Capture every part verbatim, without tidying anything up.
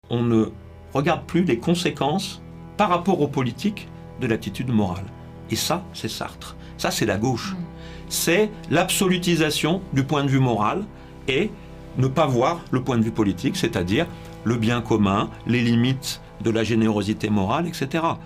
On ne regarde plus les conséquences par rapport aux politiques de l'attitude morale. Et ça, c'est Sartre. Ça, c'est la gauche. Mmh. C'est l'absolutisation du point de vue moral et ne pas voir le point de vue politique, c'est-à-dire le bien commun, les limites de la générosité morale, et cetera.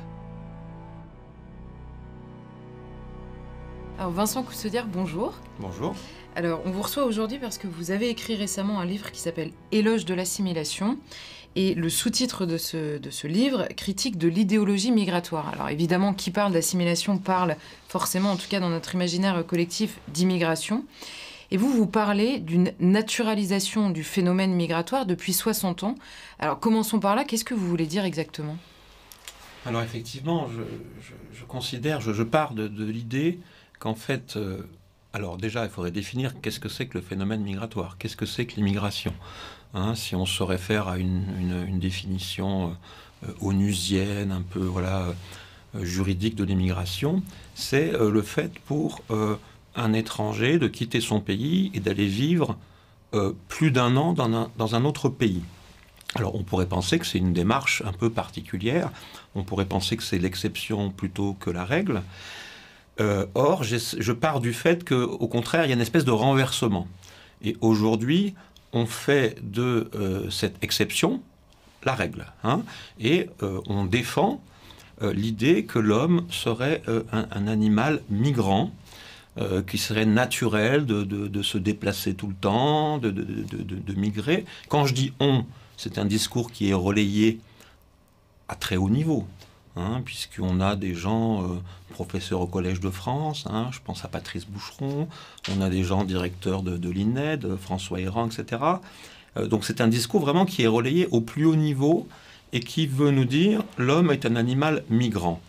Alors Vincent Coussaudière, bonjour. Bonjour. Alors on vous reçoit aujourd'hui parce que vous avez écrit récemment un livre qui s'appelle « Éloge de l'assimilation ». Et le sous-titre de ce, de ce livre, « Critique de l'idéologie migratoire ». Alors évidemment, qui parle d'assimilation parle forcément, en tout cas dans notre imaginaire collectif, d'immigration. Et vous, vous parlez d'une naturalisation du phénomène migratoire depuis soixante ans. Alors commençons par là, qu'est-ce que vous voulez dire exactement ? Alors effectivement, je, je, je considère, je, je pars de, de l'idée qu'en fait... Euh, alors déjà, il faudrait définir qu'est-ce que c'est que le phénomène migratoire, qu'est-ce que c'est que l'immigration. Hein, si on se réfère à une, une, une définition euh, onusienne, un peu voilà, euh, juridique de l'immigration, c'est euh, le fait pour euh, un étranger de quitter son pays et d'aller vivre euh, plus d'un an dans un, dans un autre pays. Alors on pourrait penser que c'est une démarche un peu particulière, on pourrait penser que c'est l'exception plutôt que la règle. Euh, or, je pars du fait qu'au contraire, il y a une espèce de renversement. Et aujourd'hui, on fait de euh, cette exception la règle. Hein, et euh, on défend euh, l'idée que l'homme serait euh, un, un animal migrant, euh, qui serait naturel de, de, de se déplacer tout le temps, de, de, de, de, de migrer. Quand je dis « on », c'est un discours qui est relayé à très haut niveau. Hein, puisqu'on a des gens euh, professeurs au Collège de France, hein, je pense à Patrice Boucheron, on a des gens directeurs de, de l'I N E D, François Héran, et cetera. Euh, donc c'est un discours vraiment qui est relayé au plus haut niveau et qui veut nous dire l'homme est un animal migrant.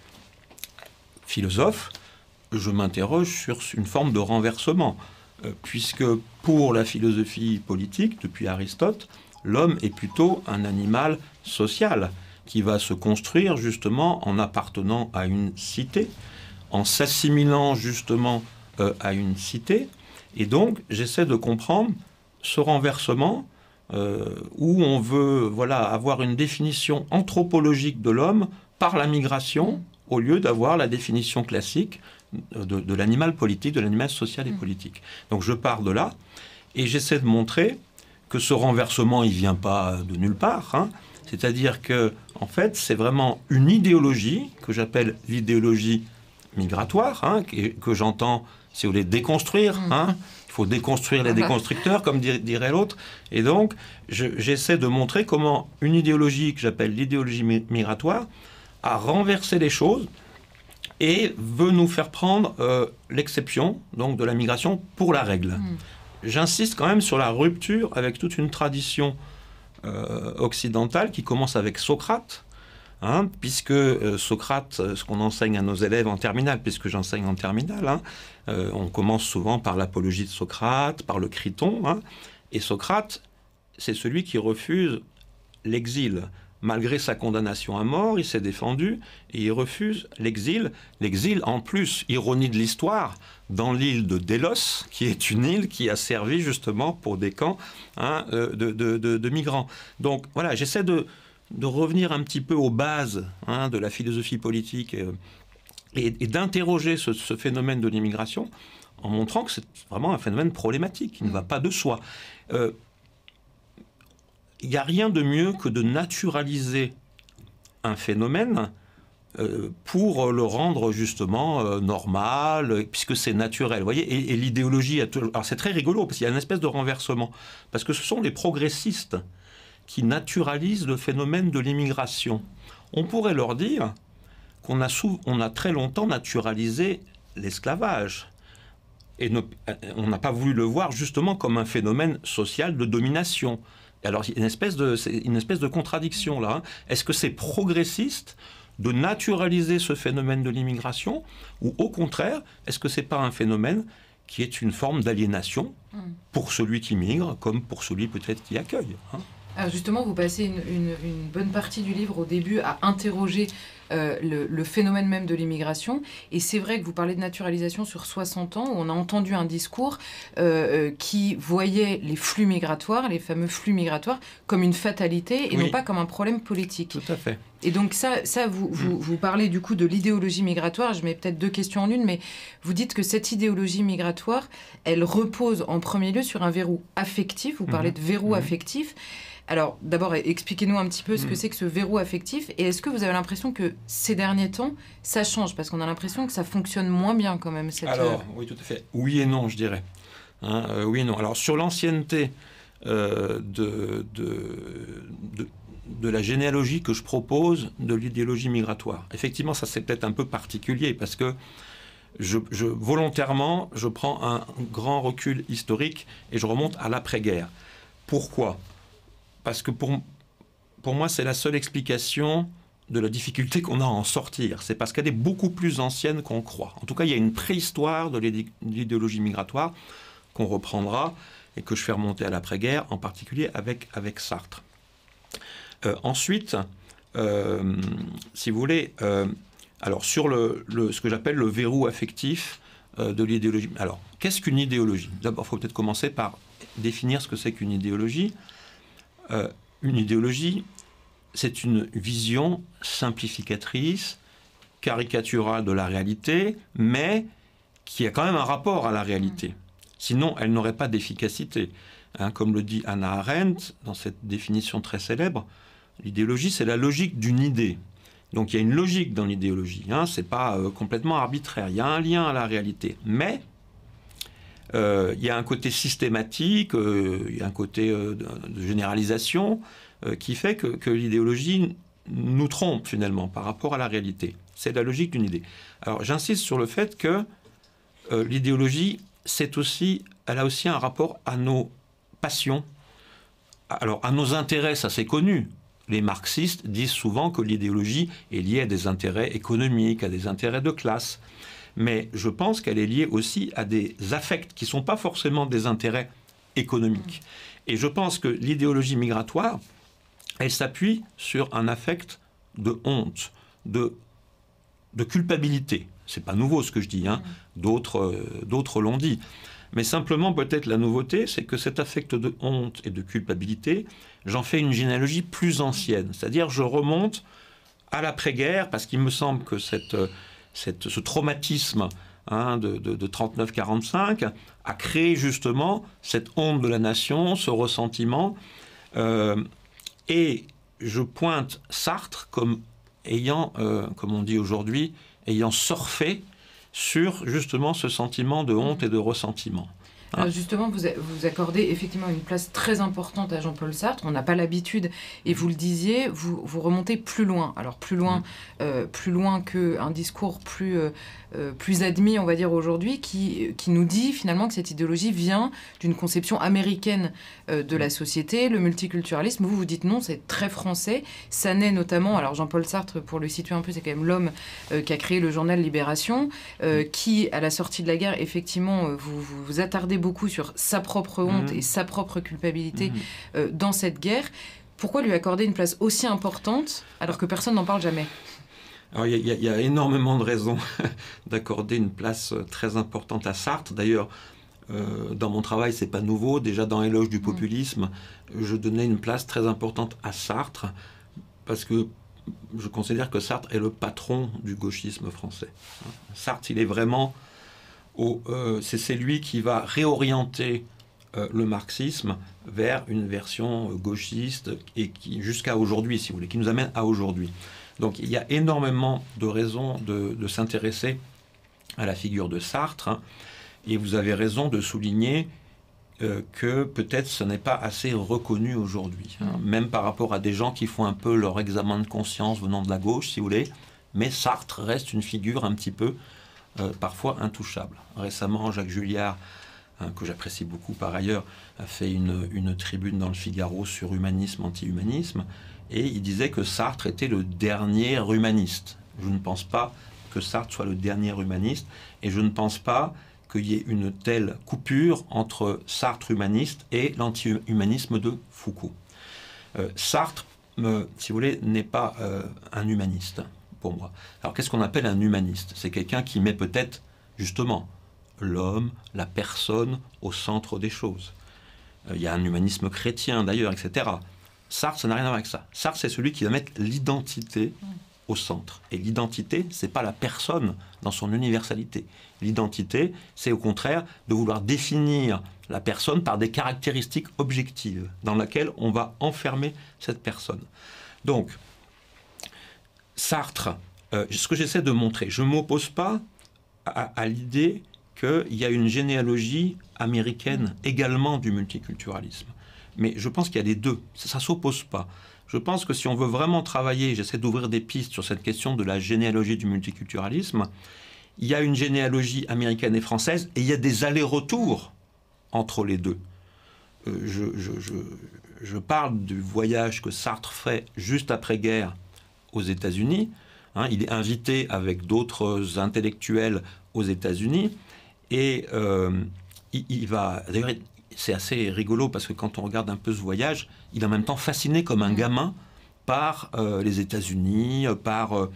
Philosophe, je m'interroge sur une forme de renversement, euh, puisque pour la philosophie politique, depuis Aristote, l'homme est plutôt un animal social, qui va se construire justement en appartenant à une cité, en s'assimilant justement euh, à une cité. Et donc, j'essaie de comprendre ce renversement euh, où on veut voilà, avoir une définition anthropologique de l'homme par la migration, au lieu d'avoir la définition classique de, de l'animal politique, de l'animal social et politique. Donc je pars de là, et j'essaie de montrer que ce renversement, il ne vient pas de nulle part, hein. C'est-à-dire que, en fait, c'est vraiment une idéologie que j'appelle l'idéologie migratoire, hein, que, que j'entends, si vous voulez, déconstruire. Hein. Il faut déconstruire les déconstructeurs, comme dir, dirait l'autre. Et donc, je, j'essaie de montrer comment une idéologie que j'appelle l'idéologie migratoire a renversé les choses et veut nous faire prendre euh, l'exception donc de la migration pour la règle. Mm. J'insiste quand même sur la rupture avec toute une tradition Euh, occidentale qui commence avec Socrate, hein, puisque euh, Socrate, ce qu'on enseigne à nos élèves en terminale, puisque j'enseigne en terminale, hein, euh, on commence souvent par l'apologie de Socrate, par le Criton, hein, et Socrate, c'est celui qui refuse l'exil. Malgré sa condamnation à mort, il s'est défendu et il refuse l'exil. L'exil, en plus, ironie de l'histoire, dans l'île de Délos, qui est une île qui a servi justement pour des camps hein, de, de, de, de migrants. Donc voilà, j'essaie de, de revenir un petit peu aux bases hein, de la philosophie politique et, et, et d'interroger ce, ce phénomène de l'immigration en montrant que c'est vraiment un phénomène problématique, qui ne va pas de soi. Euh, Il n'y a rien de mieux que de naturaliser un phénomène euh, pour le rendre justement euh, normal, puisque c'est naturel. Vous voyez, et, et l'idéologie, a toujours... alors c'est très rigolo, parce qu'il y a une espèce de renversement, parce que ce sont les progressistes qui naturalisent le phénomène de l'immigration. On pourrait leur dire qu'on a, sou... on a très longtemps naturalisé l'esclavage. Et ne... on n'a pas voulu le voir justement comme un phénomène social de domination. Alors, il y a une espèce de, c'est une espèce de contradiction là. Hein. Est-ce que c'est progressiste de naturaliser ce phénomène de l'immigration, ou au contraire, est-ce que c'est pas un phénomène qui est une forme d'aliénation pour celui qui migre, comme pour celui peut-être qui accueille, hein? Alors justement, vous passez une, une, une bonne partie du livre au début à interroger euh, le, le phénomène même de l'immigration. Et c'est vrai que vous parlez de naturalisation sur soixante ans, où on a entendu un discours euh, qui voyait les flux migratoires, les fameux flux migratoires, comme une fatalité et oui. non pas comme un problème politique. Tout à fait. Et donc ça, ça vous, mmh. vous, vous parlez du coup de l'idéologie migratoire. Je mets peut-être deux questions en une, mais vous dites que cette idéologie migratoire, elle repose en premier lieu sur un verrou affectif. Vous parlez mmh. de verrou mmh. affectif. Alors d'abord, expliquez-nous un petit peu ce mmh. que c'est que ce verrou affectif. Et est-ce que vous avez l'impression que ces derniers temps, ça change? Parce qu'on a l'impression que ça fonctionne moins bien quand même. Cette... Alors, oui, tout à fait. Oui et non, je dirais. Hein, euh, oui et non. Alors sur l'ancienneté euh, de... de, de de la généalogie que je propose de l'idéologie migratoire. Effectivement, ça c'est peut-être un peu particulier parce que je, je, volontairement, je prends un grand recul historique et je remonte à l'après-guerre. Pourquoi? Parce que pour, pour moi, c'est la seule explication de la difficulté qu'on a à en sortir. C'est parce qu'elle est beaucoup plus ancienne qu'on croit. En tout cas, il y a une préhistoire de l'idéologie migratoire qu'on reprendra et que je fais remonter à l'après-guerre, en particulier avec, avec Sartre. Euh, ensuite, euh, si vous voulez, euh, alors sur le, le, ce que j'appelle le verrou affectif euh, de l'idéologie. Alors, qu'est-ce qu'une idéologie? D'abord, il faut peut-être commencer par définir ce que c'est qu'une idéologie. Euh, une idéologie, c'est une vision simplificatrice, caricaturale de la réalité, mais qui a quand même un rapport à la réalité. Sinon, elle n'aurait pas d'efficacité. Hein, comme le dit Hannah Arendt dans cette définition très célèbre, l'idéologie, c'est la logique d'une idée. Donc il y a une logique dans l'idéologie. Hein, c'est pas euh, complètement arbitraire. Il y a un lien à la réalité. Mais euh, il y a un côté systématique, euh, il y a un côté euh, de, de généralisation euh, qui fait que, que l'idéologie nous trompe finalement par rapport à la réalité. C'est la logique d'une idée. Alors j'insiste sur le fait que euh, l'idéologie, c'est aussi, elle a aussi un rapport à nos passions, alors à nos intérêts, ça c'est connu. Les marxistes disent souvent que l'idéologie est liée à des intérêts économiques, à des intérêts de classe. Mais je pense qu'elle est liée aussi à des affects qui ne sont pas forcément des intérêts économiques. Et je pense que l'idéologie migratoire, elle s'appuie sur un affect de honte, de, de culpabilité. C'est pas nouveau ce que je dis, hein. D'autres, euh, d'autres l'ont dit. Mais simplement, peut-être la nouveauté, c'est que cet affect de honte et de culpabilité, j'en fais une généalogie plus ancienne. C'est-à-dire, je remonte à l'après-guerre, parce qu'il me semble que cette, cette, ce traumatisme hein, de, de, de trente-neuf quarante-cinq a créé justement cette honte de la nation, ce ressentiment. Euh, et je pointe Sartre comme ayant, euh, comme on dit aujourd'hui, ayant surfé sur justement ce sentiment de honte et de ressentiment. Alors justement, vous, vous accordez effectivement une place très importante à Jean-Paul Sartre. On n'a pas l'habitude, et vous le disiez, vous, vous remontez plus loin. Alors plus loin, mmh. euh, plus loin qu'un discours plus, euh, euh, plus admis, on va dire aujourd'hui, qui, qui nous dit finalement que cette idéologie vient d'une conception américaine euh, de la société, le multiculturalisme. Vous, vous dites non, c'est très français. Ça naît notamment, alors Jean-Paul Sartre, pour le situer un peu, c'est quand même l'homme euh, qui a créé le journal Libération, euh, qui, à la sortie de la guerre, effectivement, euh, vous, vous vous attardez beaucoup sur sa propre honte mmh. et sa propre culpabilité mmh. euh, dans cette guerre. Pourquoi lui accorder une place aussi importante alors que personne n'en parle jamais? Alors, il y, y, y a énormément de raisons d'accorder une place très importante à Sartre. D'ailleurs, euh, dans mon travail, c'est pas nouveau. Déjà, dans Éloge du populisme, mmh. je donnais une place très importante à Sartre parce que je considère que Sartre est le patron du gauchisme français. Sartre, il est vraiment... Euh, c'est lui qui va réorienter euh, le marxisme vers une version euh, gauchiste et qui, jusqu'à aujourd'hui, si vous voulez, qui nous amène à aujourd'hui. Donc il y a énormément de raisons de, de s'intéresser à la figure de Sartre, hein, et vous avez raison de souligner euh, que peut-être ce n'est pas assez reconnu aujourd'hui, hein, même par rapport à des gens qui font un peu leur examen de conscience venant de la gauche, si vous voulez, mais Sartre reste une figure un petit peu Euh, parfois intouchable. Récemment, Jacques Julliard, hein, que j'apprécie beaucoup par ailleurs, a fait une, une tribune dans le Figaro sur humanisme, anti-humanisme, et il disait que Sartre était le dernier humaniste. Je ne pense pas que Sartre soit le dernier humaniste, et je ne pense pas qu'il y ait une telle coupure entre Sartre humaniste et l'anti-humanisme de Foucault. Euh, Sartre, euh, si vous voulez, n'est pas euh, un humaniste. pour moi. Alors qu'est-ce qu'on appelle un humaniste? C'est quelqu'un qui met peut-être, justement, l'homme, la personne au centre des choses. Euh, il y a un humanisme chrétien d'ailleurs, et cetera. Sartre, ça n'a rien à voir avec ça. Sartre, c'est celui qui va mettre l'identité au centre. Et l'identité, c'est pas la personne dans son universalité. L'identité, c'est au contraire de vouloir définir la personne par des caractéristiques objectives dans lesquelles on va enfermer cette personne. Donc, Sartre, euh, ce que j'essaie de montrer, je ne m'oppose pas à, à l'idée qu'il y a une généalogie américaine également du multiculturalisme. Mais je pense qu'il y a les deux, ça ne s'oppose pas. Je pense que si on veut vraiment travailler, j'essaie d'ouvrir des pistes sur cette question de la généalogie du multiculturalisme, il y a une généalogie américaine et française et il y a des allers-retours entre les deux. Euh, je, je, je, je parle du voyage que Sartre fait juste après-guerre aux États-Unis. Hein, il est invité avec d'autres intellectuels aux États-Unis et euh, il, il va... D'ailleurs, c'est assez rigolo parce que quand on regarde un peu ce voyage, il est en même temps fasciné comme un gamin par euh, les États-Unis, par euh,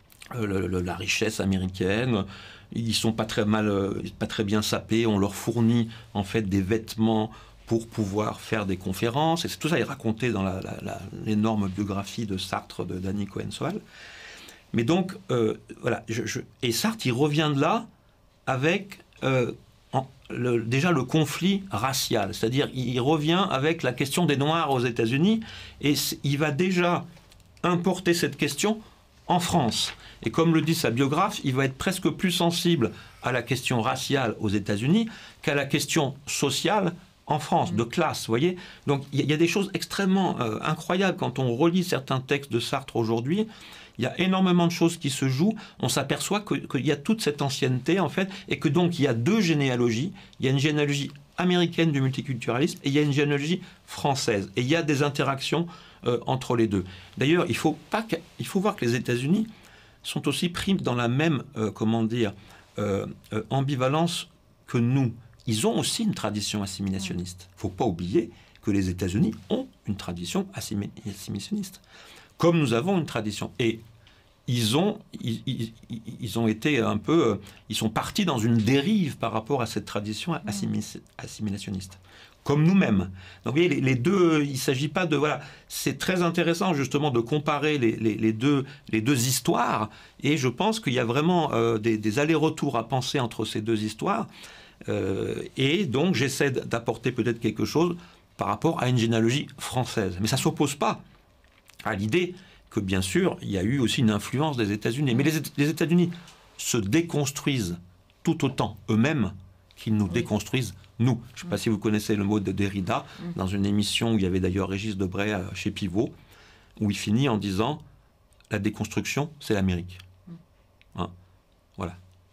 le, le, la richesse américaine. Ils sont pas très mal, euh, pas très bien sapés. On leur fournit en fait des vêtements pour pouvoir faire des conférences. Et c'est tout ça est raconté dans la, la, la, l'énorme biographie de Sartre de Danny Cohen-Soal. Mais donc euh, voilà. Je, je, et Sartre, il revient de là avec euh, En, le, déjà le conflit racial, c'est-à-dire il revient avec la question des Noirs aux États-Unis et il va déjà importer cette question en France. Et comme le dit sa biographe, il va être presque plus sensible à la question raciale aux États-Unis qu'à la question sociale en France, de classe, vous voyez. Donc il y, y a des choses extrêmement euh, incroyables quand on relit certains textes de Sartre aujourd'hui. Il y a énormément de choses qui se jouent. On s'aperçoit que, qu'il y a toute cette ancienneté, en fait, et que donc il y a deux généalogies. Il y a une généalogie américaine du multiculturalisme et il y a une généalogie française. Et il y a des interactions euh, entre les deux. D'ailleurs, il faut, pas que, il faut voir que les États-Unis sont aussi pris dans la même, euh, comment dire, euh, euh, ambivalence que nous. Ils ont aussi une tradition assimilationniste. Il ne faut pas oublier que les États-Unis ont une tradition assimilationniste. Comme nous avons une tradition. Et ils ont, ils, ils, ils ont été un peu... Ils sont partis dans une dérive par rapport à cette tradition assimilationniste. Comme nous-mêmes. Donc vous voyez, les, les deux... Il ne s'agit pas de... Voilà, c'est très intéressant justement de comparer les, les, les, deux, les deux histoires. Et je pense qu'il y a vraiment euh, des, des allers-retours à penser entre ces deux histoires. Euh, et donc j'essaie d'apporter peut-être quelque chose par rapport à une généalogie française. Mais ça ne s'oppose pas à l'idée que, bien sûr, il y a eu aussi une influence des États-Unis. Mais les, les États-Unis se déconstruisent tout autant eux-mêmes qu'ils nous déconstruisent nous. Je ne sais pas si vous connaissez le mot de Derrida, dans une émission où il y avait d'ailleurs Régis Debray chez Pivot, où il finit en disant « La déconstruction, c'est l'Amérique. Hein ». Voilà.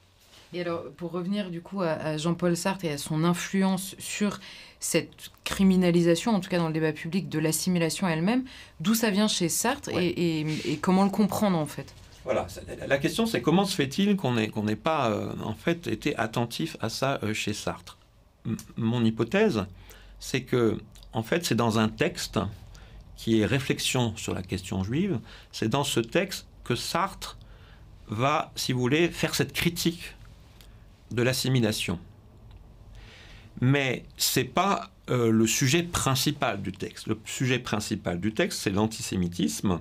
Et alors, pour revenir du coup à, à Jean-Paul Sartre et à son influence sur cette criminalisation, en tout cas dans le débat public, de l'assimilation elle-même, d'où ça vient chez Sartre ouais. et, et, et comment le comprendre en fait? Voilà, la question c'est comment se fait-il qu'on n'ait qu'on n'ait pas euh, en fait été attentif à ça euh, chez Sartre? M- Mon hypothèse, c'est que en fait c'est dans un texte qui est Réflexion sur la question juive, c'est dans ce texte que Sartre va, si vous voulez, faire cette critique de l'assimilation. Mais ce n'est pas euh, le sujet principal du texte. Le sujet principal du texte, c'est l'antisémitisme.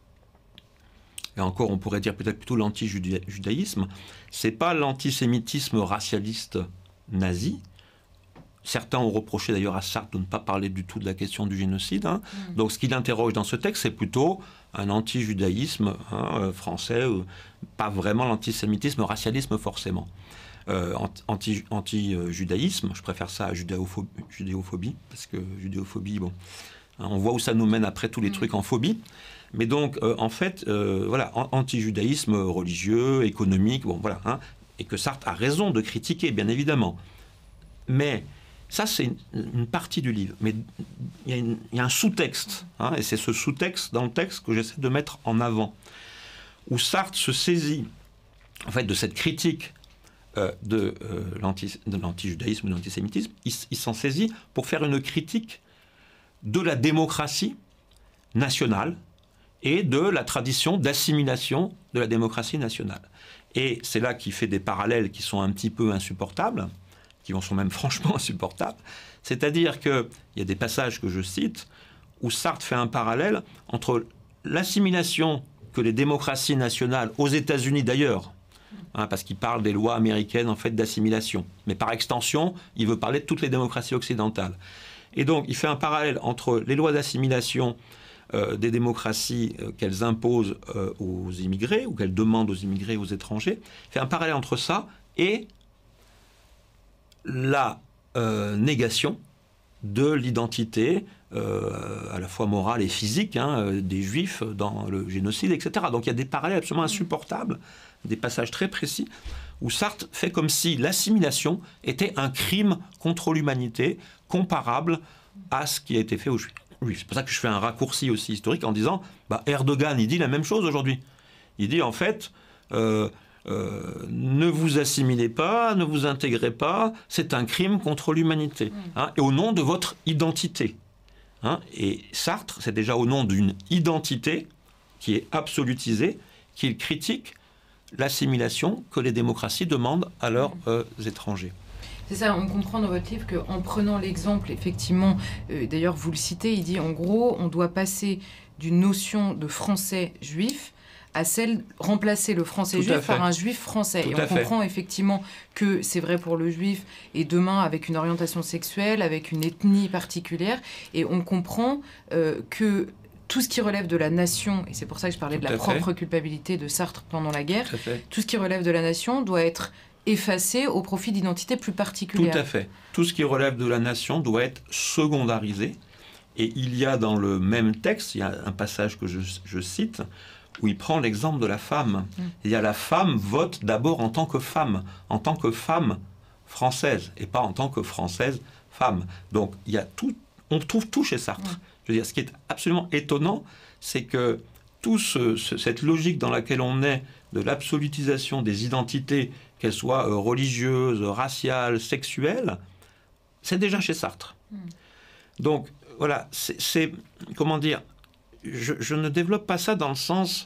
Et encore, on pourrait dire peut-être plutôt l'anti-judaïsme. Ce n'est pas l'antisémitisme racialiste nazi. Certains ont reproché d'ailleurs à Sartre de ne pas parler du tout de la question du génocide. Hein. Mmh. Donc ce qu'il interroge dans ce texte, c'est plutôt un anti-judaïsme hein, français, euh, pas vraiment l'antisémitisme, racialisme forcément. Euh, anti, anti-judaïsme, je préfère ça à judéophobie, judéophobie parce que judéophobie, bon, hein, on voit où ça nous mène après tous les mmh. trucs en phobie. Mais donc, euh, en fait, euh, voilà, anti-judaïsme religieux, économique, bon, voilà, hein, et que Sartre a raison de critiquer, bien évidemment. Mais ça, c'est une, une partie du livre. Mais il y, y a un sous-texte, hein, et c'est ce sous-texte dans le texte que j'essaie de mettre en avant, où Sartre se saisit, en fait, de cette critique Euh, de, euh, l'anti, de l'anti-judaïsme, de l'antisémitisme, il, il s'en saisit pour faire une critique de la démocratie nationale et de la tradition d'assimilation de la démocratie nationale. Et c'est là qu'il fait des parallèles qui sont un petit peu insupportables, qui sont même franchement insupportables. C'est-à-dire qu'il y a des passages que je cite où Sartre fait un parallèle entre l'assimilation que les démocraties nationales, aux États-Unis d'ailleurs, hein, parce qu'il parle des lois américaines en fait d'assimilation, mais par extension, il veut parler de toutes les démocraties occidentales. Et donc, il fait un parallèle entre les lois d'assimilation euh, des démocraties euh, qu'elles imposent euh, aux immigrés, ou qu'elles demandent aux immigrés, aux étrangers. Il fait un parallèle entre ça et la euh, négation de l'identité, euh, à la fois morale et physique, hein, des Juifs dans le génocide, et cetera. Donc il y a des parallèles absolument insupportables, des passages très précis, où Sartre fait comme si l'assimilation était un crime contre l'humanité, comparable à ce qui a été fait aux Juifs. Oui, c'est pour ça que je fais un raccourci aussi historique en disant, bah, Erdogan, il dit la même chose aujourd'hui. Il dit en fait, euh, euh, ne vous assimilez pas, ne vous intégrez pas, c'est un crime contre l'humanité, hein, et au nom de votre identité. Hein, et Sartre, c'est déjà au nom d'une identité qui est absolutisée, qu'il critique l'assimilation que les démocraties demandent à leurs euh, étrangers. C'est ça, on comprend dans votre livre qu'en prenant l'exemple, effectivement, euh, d'ailleurs vous le citez, il dit en gros, on doit passer d'une notion de français juif à celle, remplacer le français Tout juif par un juif français. Tout et on comprend fait. effectivement que c'est vrai pour le juif, et demain avec une orientation sexuelle, avec une ethnie particulière, et on comprend euh, que tout ce qui relève de la nation, et c'est pour ça que je parlais Tout de la propre fait. culpabilité de Sartre pendant la guerre, Tout, tout ce qui relève de la nation doit être effacé au profit d'identités plus particulières. Tout à fait. Tout ce qui relève de la nation doit être secondarisé. Et il y a dans le même texte, il y a un passage que je, je cite, où il prend l'exemple de la femme. Mmh. Il y a la femme vote d'abord en tant que femme, en tant que femme française, et pas en tant que française femme. Donc il y a tout, on trouve tout chez Sartre. Mmh. Je veux dire, ce qui est absolument étonnant, c'est que toute ce, ce, cette logique dans laquelle on est de l'absolutisation des identités, qu'elles soient euh, religieuses, raciales, sexuelles, c'est déjà chez Sartre. Mmh. Donc, voilà, c'est, comment dire, je, je ne développe pas ça dans le sens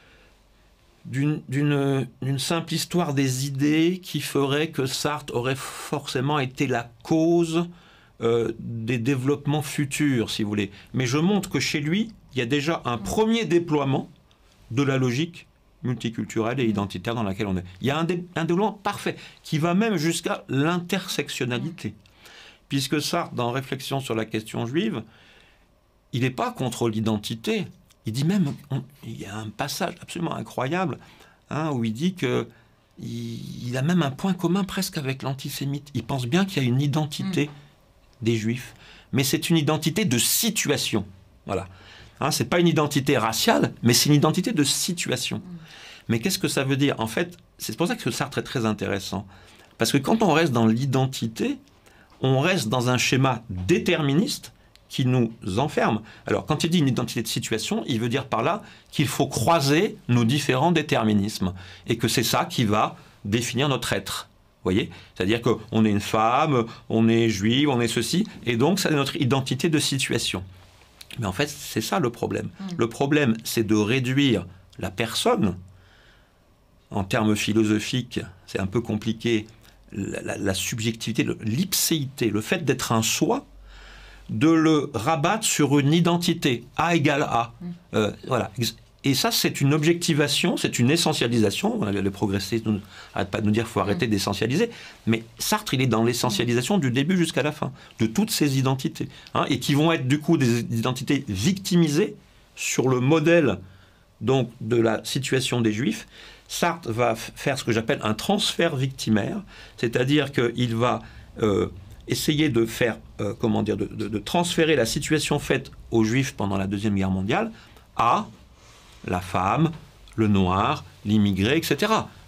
d'une, d'une, d'une simple histoire des idées qui ferait que Sartre aurait forcément été la cause euh, des développements futurs, si vous voulez. Mais je montre que chez lui, il y a déjà un premier déploiement de la logique multiculturelle et identitaire dans laquelle on est. Il y a un, dé, un développement parfait qui va même jusqu'à l'intersectionnalité. Puisque Sartre, dans Réflexion sur la question juive, il n'est pas contre l'identité. Il dit même, on, il y a un passage absolument incroyable, hein, où il dit que il, il a même un point commun presque avec l'antisémite. Il pense bien qu'il y a une identité mmh. des Juifs, mais c'est une identité de situation. Voilà. Hein, c'est pas une identité raciale, mais c'est une identité de situation. Mmh. Mais qu'est-ce que ça veut dire? En fait, c'est pour ça que Sartre est très intéressant. Parce que quand on reste dans l'identité, on reste dans un schéma déterministe qui nous enferme. Alors, quand il dit une identité de situation, il veut dire par là qu'il faut croiser nos différents déterminismes et que c'est ça qui va définir notre être. Vous voyez? C'est-à-dire qu'on est une femme, on est juif, on est ceci, et donc c'est notre identité de situation. Mais en fait, c'est ça le problème. Mmh. Le problème, c'est de réduire la personne, en termes philosophiques, c'est un peu compliqué, La, la, la subjectivité, l'ipséité, le fait d'être un soi, de le rabattre sur une identité, A égale A. Mmh. Euh, voilà. Et ça, c'est une objectivation, c'est une essentialisation. Les progressistes n'arrêtent pas de nous dire qu'il faut arrêter mmh. d'essentialiser. Mais Sartre, il est dans l'essentialisation mmh. du début jusqu'à la fin, de toutes ces identités. Hein, et qui vont être du coup des identités victimisées sur le modèle donc, de la situation des Juifs. Sartre va faire ce que j'appelle un transfert victimaire, c'est-à-dire qu'il va euh, essayer de faire, euh, comment dire, de, de, de transférer la situation faite aux Juifs pendant la Deuxième Guerre mondiale à la femme, le noir, l'immigré, et cetera.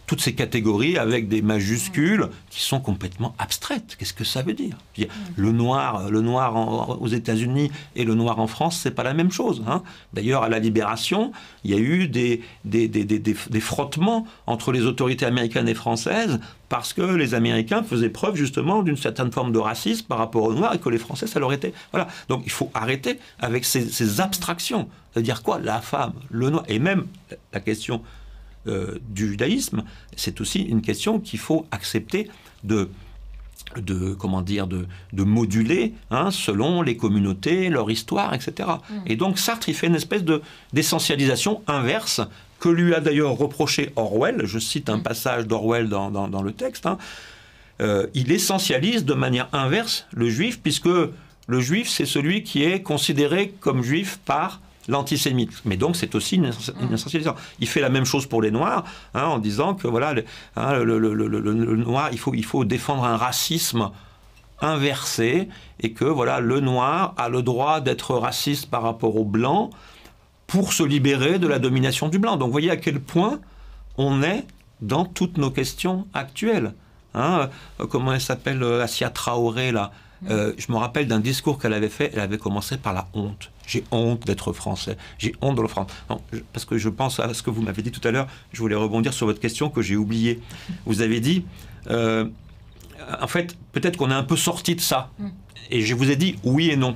toutes ces catégories avec des majuscules qui sont complètement abstraites. Qu'est-ce que ça veut dire? Le noir, le noir en, aux États-Unis et le noir en France, c'est pas la même chose. Hein. D'ailleurs, à la Libération, il y a eu des, des, des, des, des, des frottements entre les autorités américaines et françaises parce que les Américains faisaient preuve justement d'une certaine forme de racisme par rapport aux Noirs et que les Français, ça leur était... Voilà. Donc il faut arrêter avec ces, ces abstractions. C'est-à-dire quoi? La femme, le noir, et même la question... Euh, du judaïsme, c'est aussi une question qu'il faut accepter de, de, comment dire, de, de moduler hein, selon les communautés, leur histoire, et cetera. Mmh. Et donc Sartre, il fait une espèce de, d'essentialisation inverse que lui a d'ailleurs reproché Orwell. Je cite un mmh. passage d'Orwell dans, dans, dans le texte. Hein. Euh, il essentialise de manière inverse le juif, puisque le juif, c'est celui qui est considéré comme juif par l'antisémitisme. Mais donc, c'est aussi une, une essentialisation. Il fait la même chose pour les Noirs, hein, en disant que voilà, le, hein, le, le, le, le, le Noir, il faut, il faut défendre un racisme inversé, et que voilà, le Noir a le droit d'être raciste par rapport au Blanc pour se libérer de la domination du Blanc. Donc, vous voyez à quel point on est dans toutes nos questions actuelles. Hein, euh, comment elle s'appelle, euh, Assia Traoré, là. Euh, je me rappelle d'un discours qu'elle avait fait. Elle avait commencé par la honte. J'ai honte d'être français. J'ai honte de le français. Non, je, parce que je pense à ce que vous m'avez dit tout à l'heure. Je voulais rebondir sur votre question que j'ai oubliée. Vous avez dit, euh, en fait, peut-être qu'on est un peu sorti de ça. Et je vous ai dit oui et non.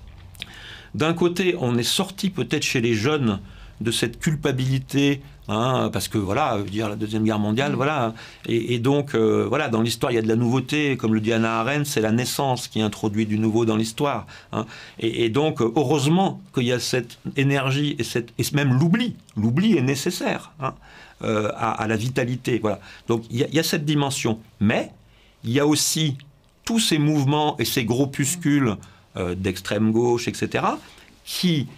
D'un côté, on est sorti peut-être chez les jeunes de cette culpabilité, hein, parce que voilà, dire la Deuxième Guerre mondiale, mmh. voilà, et, et donc euh, voilà, dans l'histoire il y a de la nouveauté, comme le dit Hannah Arendt, c'est la naissance qui introduit du nouveau dans l'histoire, hein, et, et donc heureusement qu'il y a cette énergie et, cette, et même l'oubli, l'oubli est nécessaire hein, euh, à, à la vitalité, voilà. Donc il y, a, il y a cette dimension, mais il y a aussi tous ces mouvements et ces groupuscules euh, d'extrême gauche, et cetera, qui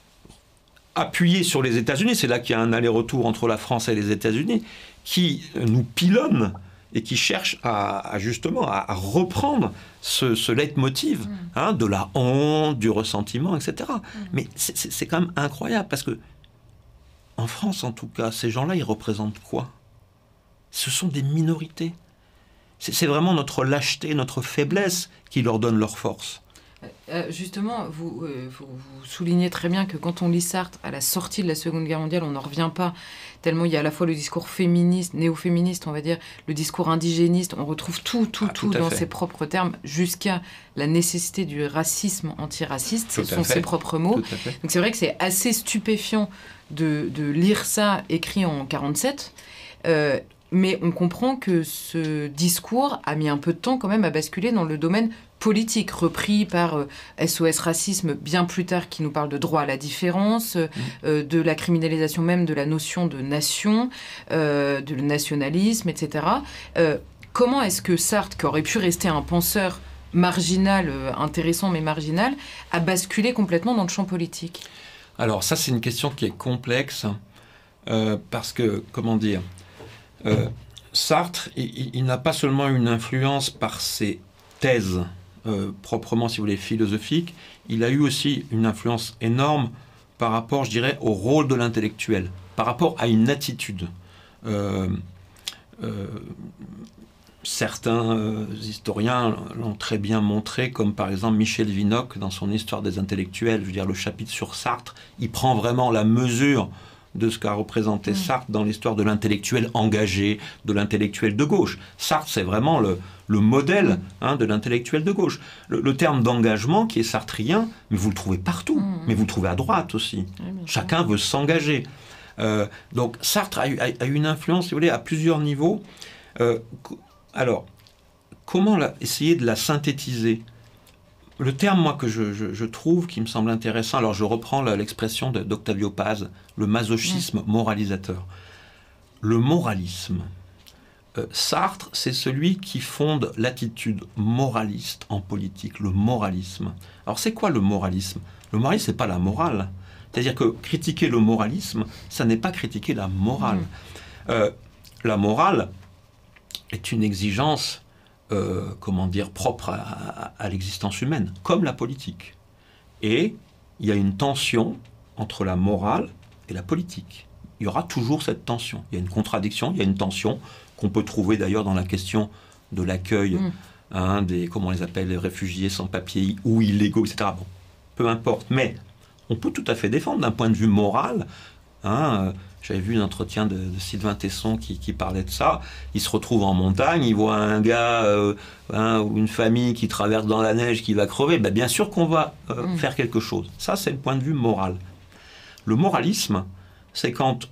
appuyé sur les États-Unis, c'est là qu'il y a un aller-retour entre la France et les États-Unis, qui nous pilonnent et qui cherchent à, à justement à, à reprendre ce, ce leitmotiv mmh. hein, de la honte, du ressentiment, et cetera. Mmh. Mais c'est, c'est, c'est quand même incroyable, parce que en France, en tout cas, ces gens-là, ils représentent quoi? Ce sont des minorités. C'est, c'est vraiment notre lâcheté, notre faiblesse qui leur donne leur force. Euh, justement, vous, euh, vous, vous soulignez très bien que quand on lit Sartre, à la sortie de la Seconde Guerre mondiale, on n'en revient pas, tellement il y a à la fois le discours féministe, néo-féministe, on va dire, le discours indigéniste, on retrouve tout, tout, ah, tout, tout dans fait. ses propres termes, jusqu'à la nécessité du racisme antiraciste, ce sont ses propres mots. Donc c'est vrai que c'est assez stupéfiant de, de lire ça écrit en quarante-sept, euh, mais on comprend que ce discours a mis un peu de temps quand même à basculer dans le domaine politique, repris par euh, S O S Racisme bien plus tard, qui nous parle de droit à la différence, euh, mmh. euh, de la criminalisation même de la notion de nation, euh, de nationalisme, et cetera. Euh, comment est-ce que Sartre, qui aurait pu rester un penseur marginal, euh, intéressant mais marginal, a basculé complètement dans le champ politique? Alors ça, c'est une question qui est complexe, euh, parce que, comment dire, euh, Sartre, il, il n'a pas seulement une influence par ses thèses, Euh, proprement, si vous voulez, philosophique, il a eu aussi une influence énorme par rapport, je dirais, au rôle de l'intellectuel, par rapport à une attitude. Euh, euh, certains euh, historiens l'ont très bien montré, comme par exemple Michel Vinocq dans son Histoire des intellectuels, je veux dire, le chapitre sur Sartre, il prend vraiment la mesure de ce qu'a représenté mmh. Sartre dans l'histoire de l'intellectuel engagé, de l'intellectuel de gauche. Sartre, c'est vraiment le, le modèle hein, de l'intellectuel de gauche. Le, le terme d'engagement, qui est sartrien, mais vous le trouvez partout, mmh. mais vous le trouvez à droite aussi. Oui, chacun veut s'engager. Euh, donc Sartre a eu, a, a eu une influence, si vous voulez, à plusieurs niveaux. Euh, alors, comment la, essayer de la synthétiser ? Le terme, moi, que je, je, je trouve, qui me semble intéressant, alors je reprends la, l'expression de, d'Octavio Paz, le masochisme mmh. moralisateur. Le moralisme, euh, Sartre, c'est celui qui fonde l'attitude moraliste en politique, le moralisme. Alors c'est quoi le moralisme ? Le moralisme, c'est pas la morale. C'est-à-dire que critiquer le moralisme, ça n'est pas critiquer la morale. Mmh. Euh, la morale est une exigence Euh, comment dire, propre à, à, à l'existence humaine, comme la politique. Et il y a une tension entre la morale et la politique. il y aura toujours cette tension. Il y a une contradiction, il y a une tension qu'on peut trouver d'ailleurs dans la question de l'accueil mmh. hein, des, comment on les appelle, les réfugiés sans papier ou illégaux, et cetera. Bon, peu importe, mais on peut tout à fait défendre d'un point de vue moral. Hein, euh, J'avais vu un entretien de, de Sylvain Tesson qui, qui parlait de ça. Il se retrouve en montagne, il voit un gars euh, hein, ou une famille qui traverse dans la neige, qui va crever. Ben, bien sûr qu'on va euh, mmh. faire quelque chose. Ça, c'est le point de vue moral. Le moralisme, c'est quand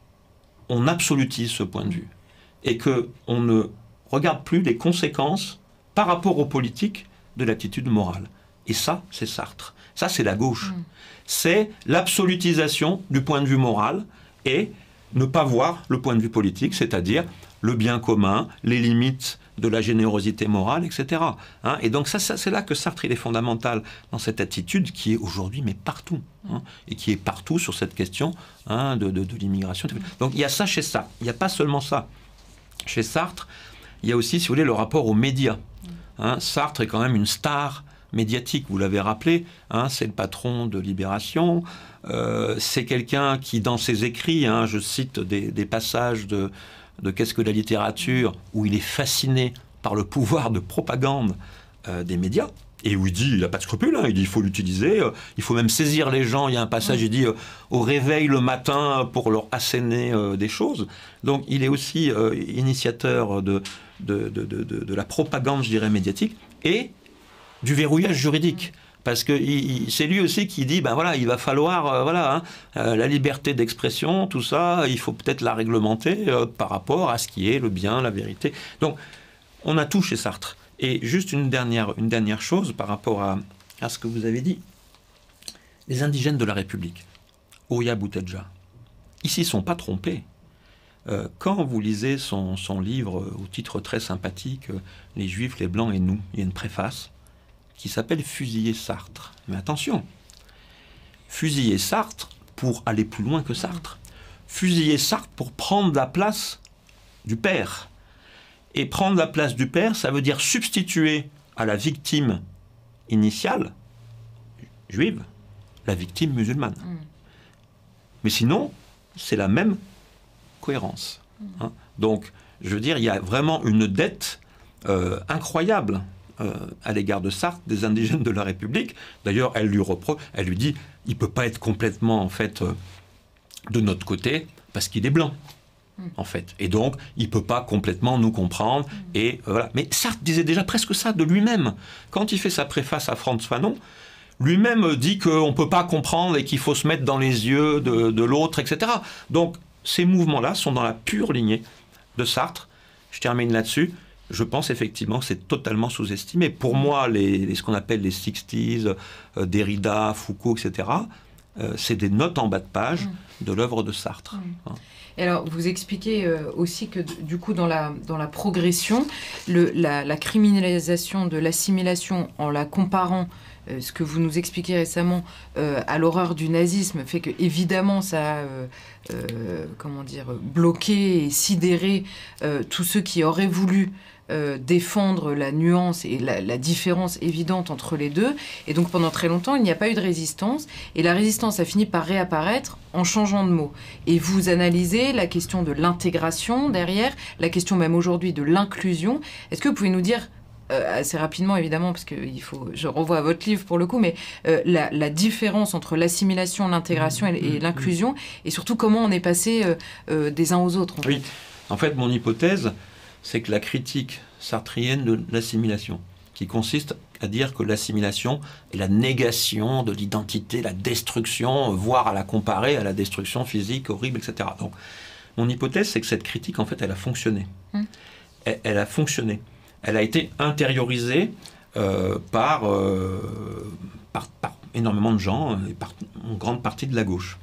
on absolutise ce point de vue et qu'on ne regarde plus les conséquences par rapport aux politiques de l'attitude morale. Et ça, c'est Sartre. Ça, c'est la gauche. Mmh. C'est l'absolutisation du point de vue moral et ne pas voir le point de vue politique, c'est-à-dire le bien commun, les limites de la générosité morale, et cetera. Hein, et donc ça, ça, c'est là que Sartre il est fondamental dans cette attitude qui est aujourd'hui mais partout, hein, et qui est partout sur cette question hein, de, de, de l'immigration. Donc il y a ça chez Sartre. Il n'y a pas seulement ça. Chez Sartre, il y a aussi, si vous voulez, le rapport aux médias. Hein, Sartre est quand même une star médiatique, vous l'avez rappelé, hein, c'est le patron de Libération, euh, c'est quelqu'un qui, dans ses écrits, hein, je cite des, des passages de, de Qu'est-ce que la littérature, où il est fasciné par le pouvoir de propagande euh, des médias, et où il dit, il n'a pas de scrupule, hein, il dit il faut l'utiliser, euh, il faut même saisir les gens, il y a un passage, oui. il dit euh, au réveil le matin pour leur asséner euh, des choses. Donc il est aussi euh, initiateur de, de, de, de, de, de la propagande, je dirais, médiatique, et du verrouillage juridique. Parce que il, c'est lui aussi qui dit, ben voilà, il va falloir, euh, voilà, hein, euh, la liberté d'expression, tout ça, il faut peut-être la réglementer euh, par rapport à ce qui est le bien, la vérité. Donc, on a tout chez Sartre. Et juste une dernière, une dernière chose par rapport à, à ce que vous avez dit. Les indigènes de la République, Oya Boutedja, ici ne sont pas trompés. Euh, quand vous lisez son, son livre au titre très sympathique, « Les Juifs, les Blancs et nous », il y a une préface qui s'appelle « Fusiller Sartre ». Mais attention, fusiller Sartre pour aller plus loin que Sartre. Fusiller Sartre pour prendre la place du père. Et prendre la place du père, ça veut dire substituer à la victime initiale, juive, la victime musulmane. Mm. Mais sinon, c'est la même cohérence. Mm. Hein. Donc, je veux dire, il y a vraiment une dette euh, incroyable euh, à l'égard de Sartre, des indigènes de la République. D'ailleurs, elle lui reproche, elle lui dit, il ne peut pas être complètement, en fait, euh, de notre côté, parce qu'il est blanc. En fait. Et donc, il ne peut pas complètement nous comprendre. Et, euh, voilà. Mais Sartre disait déjà presque ça de lui-même. Quand il fait sa préface à Frantz Fanon, lui-même dit qu'on ne peut pas comprendre et qu'il faut se mettre dans les yeux de, de l'autre, et cetera. Donc, ces mouvements-là sont dans la pure lignée de Sartre. Je termine là-dessus. Je pense effectivement que c'est totalement sous-estimé. Pour moi, les, les, ce qu'on appelle les sixties, euh, Derrida, Foucault, et cetera, euh, c'est des notes en bas de page de l'œuvre de Sartre. Hein. Et alors, vous expliquez euh, aussi que, du coup, dans la, dans la progression, le, la, la criminalisation de l'assimilation, en la comparant, euh, ce que vous nous expliquez récemment, euh, à l'horreur du nazisme, fait que, évidemment, ça a, euh, euh, comment dire, bloqué et sidéré euh, tous ceux qui auraient voulu Euh, défendre la nuance et la, la différence évidente entre les deux. Et donc, pendant très longtemps, il n'y a pas eu de résistance. Et la résistance a fini par réapparaître en changeant de mot. Et vous analysez la question de l'intégration derrière, la question même aujourd'hui de l'inclusion. Est-ce que vous pouvez nous dire, euh, assez rapidement évidemment, parce que il faut, je renvoie à votre livre pour le coup, mais euh, la, la différence entre l'assimilation, l'intégration et, et l'inclusion, et surtout comment on est passé euh, euh, des uns aux autres. En oui, fait. En fait, mon hypothèse, c'est que la critique sartrienne de l'assimilation, qui consiste à dire que l'assimilation est la négation de l'identité, la destruction, voire à la comparer à la destruction physique horrible, et cetera. Donc, mon hypothèse, c'est que cette critique, en fait, elle a fonctionné. Mmh. Elle, elle a fonctionné. Elle a été intériorisée euh, par, euh, par, par énormément de gens, et par une grande partie de la gauche.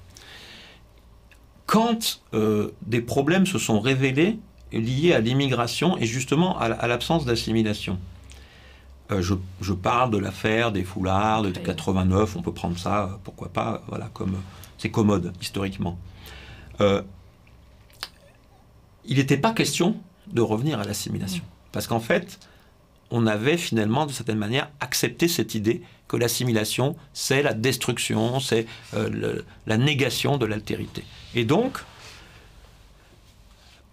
Quand euh, des problèmes se sont révélés liés à l'immigration et justement à l'absence d'assimilation. Euh, je, je parle de l'affaire des foulards de quatre-vingt-neuf, on peut prendre ça, pourquoi pas, voilà, comme c'est commode historiquement. Euh, il n'était pas question de revenir à l'assimilation, parce qu'en fait, on avait finalement, de certaine manière, accepté cette idée que l'assimilation, c'est la destruction, c'est euh, le, la négation de l'altérité. Et donc,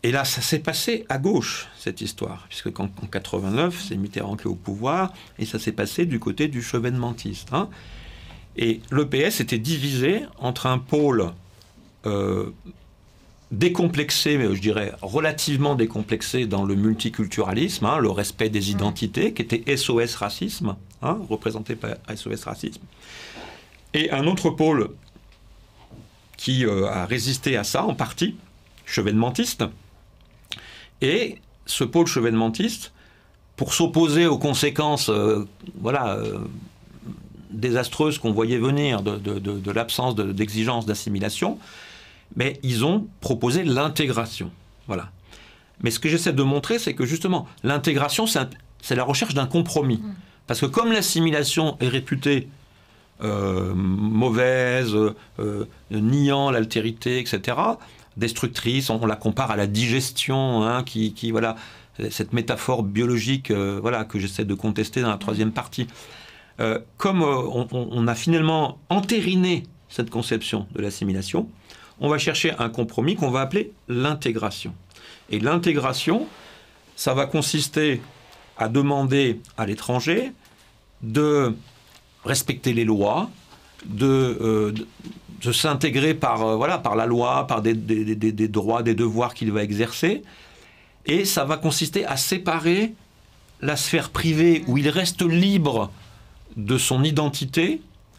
et là, ça s'est passé à gauche, cette histoire, puisque en, en quatre-vingt-neuf, c'est Mitterrand qui est au pouvoir, et ça s'est passé du côté du chevènementiste. Hein. Et l'E P S était divisé entre un pôle euh, décomplexé, mais je dirais relativement décomplexé dans le multiculturalisme, hein, le respect des identités, qui était S O S Racisme, hein, représenté par S O S Racisme, et un autre pôle qui euh, a résisté à ça en partie, chevènementiste. Et ce pôle chevènementiste, pour s'opposer aux conséquences euh, voilà, euh, désastreuses qu'on voyait venir de, de, de, de l'absence de, d'exigence d'assimilation, mais ils ont proposé l'intégration. Voilà. Mais ce que j'essaie de montrer, c'est que justement, l'intégration, c'est, un, c'est la recherche d'un compromis. Mmh. Parce que comme l'assimilation est réputée euh, mauvaise, euh, niant l'altérité, et cetera, destructrice, on la compare à la digestion, hein, qui, qui, voilà, cette métaphore biologique euh, voilà, que j'essaie de contester dans la troisième partie. Euh, comme euh, on, on a finalement entériné cette conception de l'assimilation, on va chercher un compromis qu'on va appeler l'intégration. Et l'intégration, ça va consister à demander à l'étranger de respecter les lois, de, euh, de, de s'intégrer par, euh, voilà, par la loi, par des, des, des, des droits, des devoirs qu'il va exercer. Et ça va consister à séparer la sphère privée où il reste libre de son identité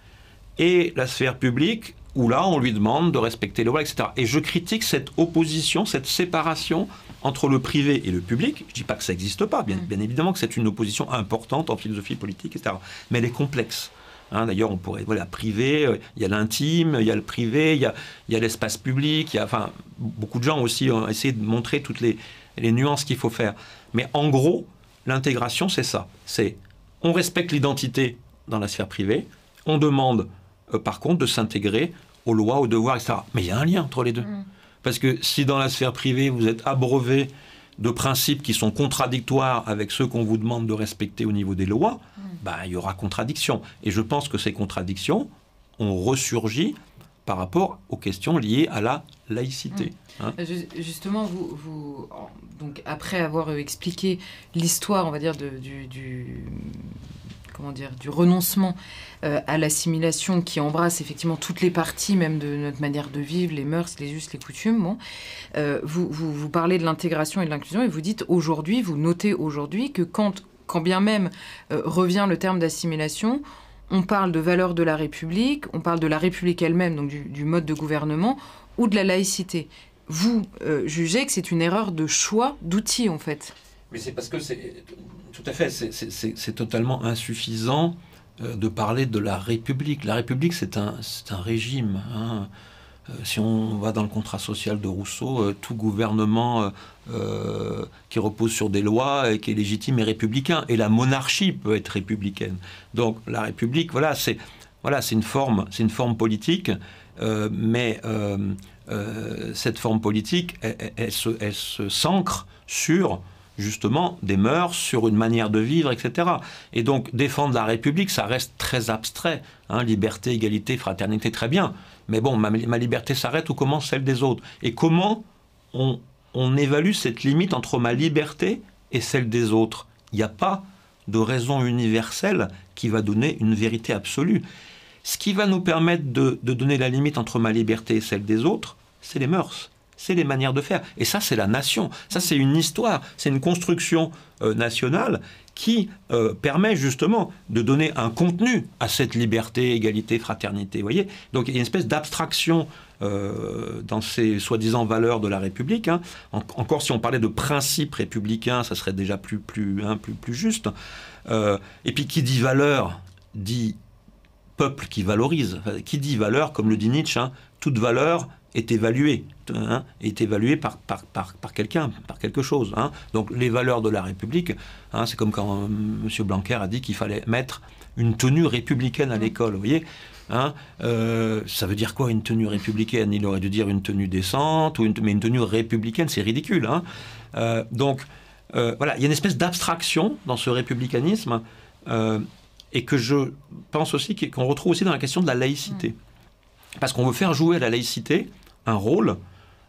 et la sphère publique où là on lui demande de respecter les lois, et cetera. Et je critique cette opposition, cette séparation entre le privé et le public. Je ne dis pas que ça n'existe pas, bien, bien évidemment que c'est une opposition importante en philosophie politique, et cetera. Mais elle est complexe. Hein, d'ailleurs, on pourrait, voilà, privé, il y a l'intime, il y a le privé, il y a, il y a l'espace public, il y a, enfin, beaucoup de gens aussi ont essayé de montrer toutes les, les nuances qu'il faut faire. Mais en gros, l'intégration, c'est ça. C'est, on respecte l'identité dans la sphère privée, on demande, euh, par contre, de s'intégrer aux lois, aux devoirs, et cetera. Mais il y a un lien entre les deux. Mmh. Parce que si dans la sphère privée, vous êtes abreuvé de principes qui sont contradictoires avec ceux qu'on vous demande de respecter au niveau des lois, mmh. bah, il y aura contradiction. Et je pense que ces contradictions ont ressurgi par rapport aux questions liées à la laïcité. Mmh. Hein. Justement, vous, vous, donc après avoir expliqué l'histoire, on va dire, de, du... du... comment dire, du renoncement euh, à l'assimilation qui embrasse effectivement toutes les parties, même de notre manière de vivre, les mœurs, les us, les coutumes. Bon. Euh, vous, vous, vous parlez de l'intégration et de l'inclusion et vous dites aujourd'hui, vous notez aujourd'hui que quand, quand bien même euh, revient le terme d'assimilation, on parle de valeurs de la République, on parle de la République elle-même, donc du, du mode de gouvernement, ou de la laïcité. Vous euh, jugez que c'est une erreur de choix d'outils, en fait. Mais c'est parce que c'est... Tout à fait, c'est, c'est, c'est totalement insuffisant euh, de parler de la République. La République, c'est un, c'est un régime. Hein. Euh, si on va dans le contrat social de Rousseau, euh, tout gouvernement euh, euh, qui repose sur des lois et qui est légitime est républicain. Et la monarchie peut être républicaine. Donc la République, voilà, c'est, voilà, c'est, une, forme, c'est une forme politique, euh, mais euh, euh, cette forme politique, elle, elle, elle, se, elle se s'ancre sur... justement, des mœurs, sur une manière de vivre, et cetera. Et donc, défendre la République, ça reste très abstrait. Hein, liberté, égalité, fraternité, très bien. Mais bon, ma, ma liberté s'arrête où commence celle des autres. Et comment on, on évalue cette limite entre ma liberté et celle des autres? Il n'y a pas de raison universelle qui va donner une vérité absolue. Ce qui va nous permettre de, de donner la limite entre ma liberté et celle des autres, c'est les mœurs. C'est les manières de faire. Et ça, c'est la nation. Ça, c'est une histoire. C'est une construction euh, nationale qui euh, permet justement de donner un contenu à cette liberté, égalité, fraternité. Vous voyez ? Donc, il y a une espèce d'abstraction euh, dans ces soi-disant valeurs de la République. Hein. En, encore, si on parlait de principes républicains, ça serait déjà plus, plus, hein, plus, plus juste. Euh, et puis, qui dit valeur, dit peuple qui valorise. Enfin, qui dit valeur, comme le dit Nietzsche, hein, toute valeur est évaluée, hein, est évaluée par, par, par, par quelqu'un, par quelque chose. Hein. Donc les valeurs de la République, hein, c'est comme quand euh, M. Blanquer a dit qu'il fallait mettre une tenue républicaine à l'école, vous voyez, hein, euh, ça veut dire quoi une tenue républicaine? Il aurait dû dire une tenue décente, ou une, mais une tenue républicaine, c'est ridicule. Hein. Euh, donc euh, voilà, il y a une espèce d'abstraction dans ce républicanisme, euh, et que je pense aussi qu'on retrouve aussi dans la question de la laïcité. Parce qu'on veut faire jouer à la laïcité un rôle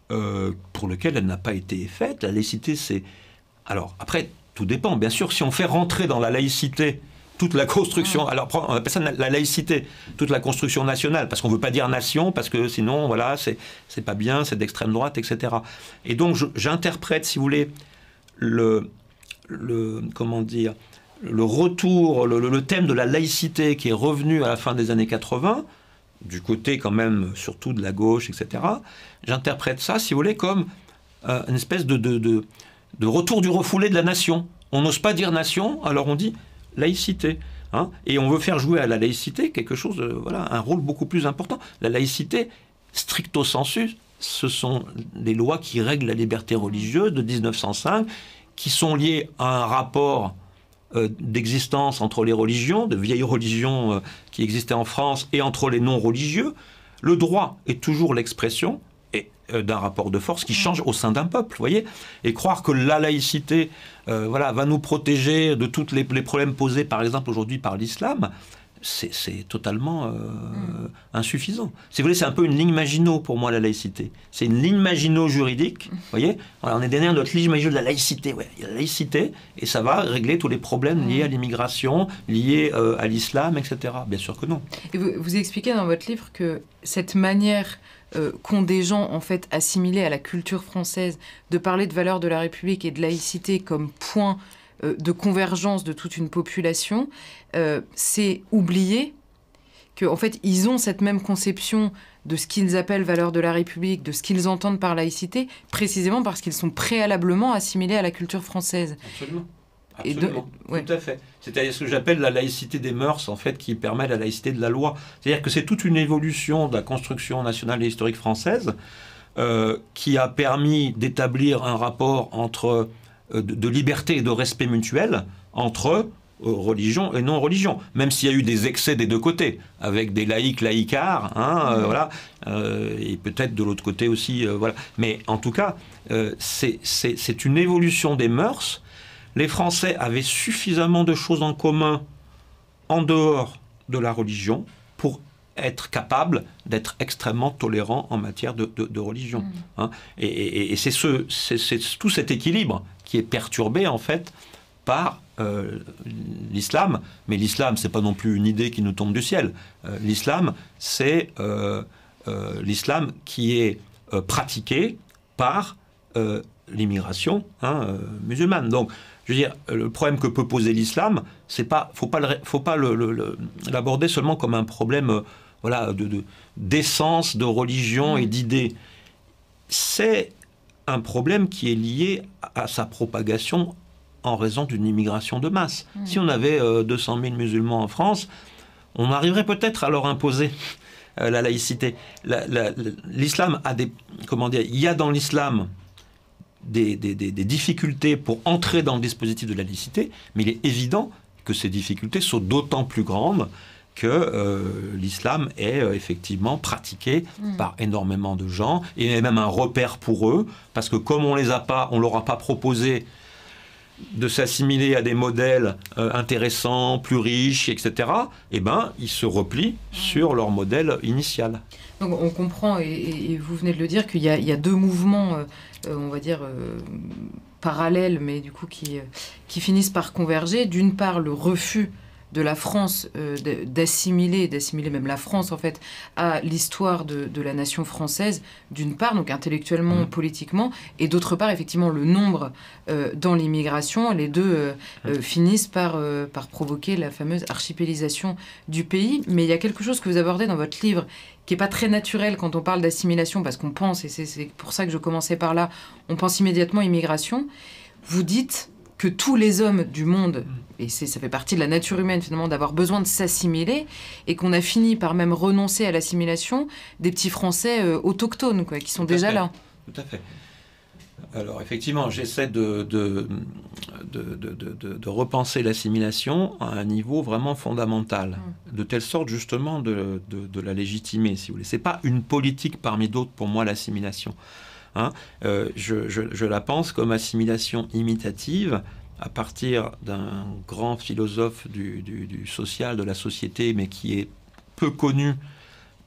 euh, pour lequel elle n'a pas été faite. La laïcité, c'est... Alors, après, tout dépend. Bien sûr, si on fait rentrer dans la laïcité toute la construction... Mmh. Alors, on appelle ça la laïcité, toute la construction nationale, parce qu'on ne veut pas dire nation, parce que sinon, voilà, c'est, c'est pas bien, c'est d'extrême droite, et cetera. Et donc, je, j'interprète, si vous voulez, le... le comment dire... le retour, le, le thème de la laïcité qui est revenu à la fin des années quatre-vingts, du côté quand même surtout de la gauche, et cetera, j'interprète ça, si vous voulez, comme euh, une espèce de, de, de, de retour du refoulé de la nation. On n'ose pas dire nation, alors on dit laïcité. Hein, et on veut faire jouer à la laïcité quelque chose, de, voilà, un rôle beaucoup plus important. La laïcité, stricto sensu, ce sont des lois qui règlent la liberté religieuse de dix-neuf cent cinq, qui sont liées à un rapport Euh, d'existence entre les religions, de vieilles religions euh, qui existaient en France, et entre les non-religieux. Le droit est toujours l'expression et, euh, d'un rapport de force qui change au sein d'un peuple, vous voyez. Et croire que la laïcité euh, voilà, va nous protéger de tous les, les problèmes posés, par exemple, aujourd'hui par l'islam, c'est, c'est totalement euh, mm. insuffisant. Si vous voulez, c'est un peu une ligne Maginot pour moi, la laïcité. C'est une ligne Maginot juridique, vous voyez. Alors, on est derrière notre ligne Maginot de la laïcité. Ouais, il y a la laïcité, et ça va régler tous les problèmes liés à l'immigration, liés euh, à l'islam, et cetera. Bien sûr que non. Et vous, vous expliquez dans votre livre que cette manière euh, qu'ont des gens, en fait, assimilés à la culture française, de parler de valeurs de la République et de laïcité comme point de convergence de toute une population, euh, c'est oublier qu'en fait, ils ont cette même conception de ce qu'ils appellent valeurs de la République, de ce qu'ils entendent par laïcité, précisément parce qu'ils sont préalablement assimilés à la culture française. Absolument. Absolument. De, ouais. Tout à fait. C'est-à-dire ce que j'appelle la laïcité des mœurs, en fait, qui permet la laïcité de la loi. C'est-à-dire que c'est toute une évolution de la construction nationale et historique française euh, qui a permis d'établir un rapport entre... De, de liberté et de respect mutuel entre euh, religion et non-religion, même s'il y a eu des excès des deux côtés, avec des laïcs laïcards, hein, euh, mmh. voilà, euh, et peut-être de l'autre côté aussi, euh, voilà. Mais en tout cas, euh, c'est, c'est, c'est une évolution des mœurs. Les Français avaient suffisamment de choses en commun en dehors de la religion pour être capable d'être extrêmement tolérant en matière de, de, de religion. Mmh. Hein. Et, et, et c'est, ce, c'est, c'est tout cet équilibre qui est perturbé, en fait, par euh, l'islam. Mais l'islam, c'est pas non plus une idée qui nous tombe du ciel. Euh, l'islam, c'est euh, euh, l'islam qui est euh, pratiqué par euh, l'immigration hein, euh, musulmane. Donc, je veux dire, le problème que peut poser l'islam, c'est pas, faut pas, le, faut pas le, le, le, l'aborder seulement comme un problème euh, voilà, de, de, d'essence, de religion mmh. et d'idées. C'est un problème qui est lié à sa propagation en raison d'une immigration de masse. Mmh. Si on avait euh, deux cent mille musulmans en France, on arriverait peut-être à leur imposer euh, la laïcité. La, la, l'islam a des... Comment dire, il y a dans l'islam des, des, des, des difficultés pour entrer dans le dispositif de la laïcité, mais il est évident que ces difficultés sont d'autant plus grandes que euh, l'islam est euh, effectivement pratiqué mmh. par énormément de gens et est même un repère pour eux, parce que comme on les a pas, on leur a pas proposé de s'assimiler à des modèles euh, intéressants, plus riches, et cetera, eh ben, ils se replient mmh. sur leur modèle initial. Donc on comprend, et, et vous venez de le dire, qu'il y a, il y a deux mouvements, euh, on va dire, euh, parallèles, mais du coup qui, euh, qui finissent par converger. D'une part, le refus de la France, euh, d'assimiler, d'assimiler même la France, en fait, à l'histoire de, de la nation française, d'une part, donc intellectuellement, mmh. politiquement, et d'autre part, effectivement, le nombre euh, dans l'immigration, les deux euh, mmh. euh, finissent par, euh, par provoquer la fameuse archipélisation du pays. Mais il y a quelque chose que vous abordez dans votre livre qui n'est pas très naturel quand on parle d'assimilation, parce qu'on pense, et c'est, c'est pour ça que je commençais par là, on pense immédiatement immigration. Vous dites que tous les hommes du monde, et c'est, ça fait partie de la nature humaine finalement, d'avoir besoin de s'assimiler, et qu'on a fini par même renoncer à l'assimilation des petits Français euh, autochtones, quoi, qui sont Tout déjà fait. là. Tout à fait. Alors effectivement, j'essaie de, de, de, de, de, de repenser l'assimilation à un niveau vraiment fondamental, mmh. de telle sorte justement de, de, de la légitimer, si vous voulez. C'est pas une politique parmi d'autres pour moi, l'assimilation. Hein, euh, je, je, je la pense comme assimilation imitative à partir d'un grand philosophe du, du, du social, de la société, mais qui est peu connu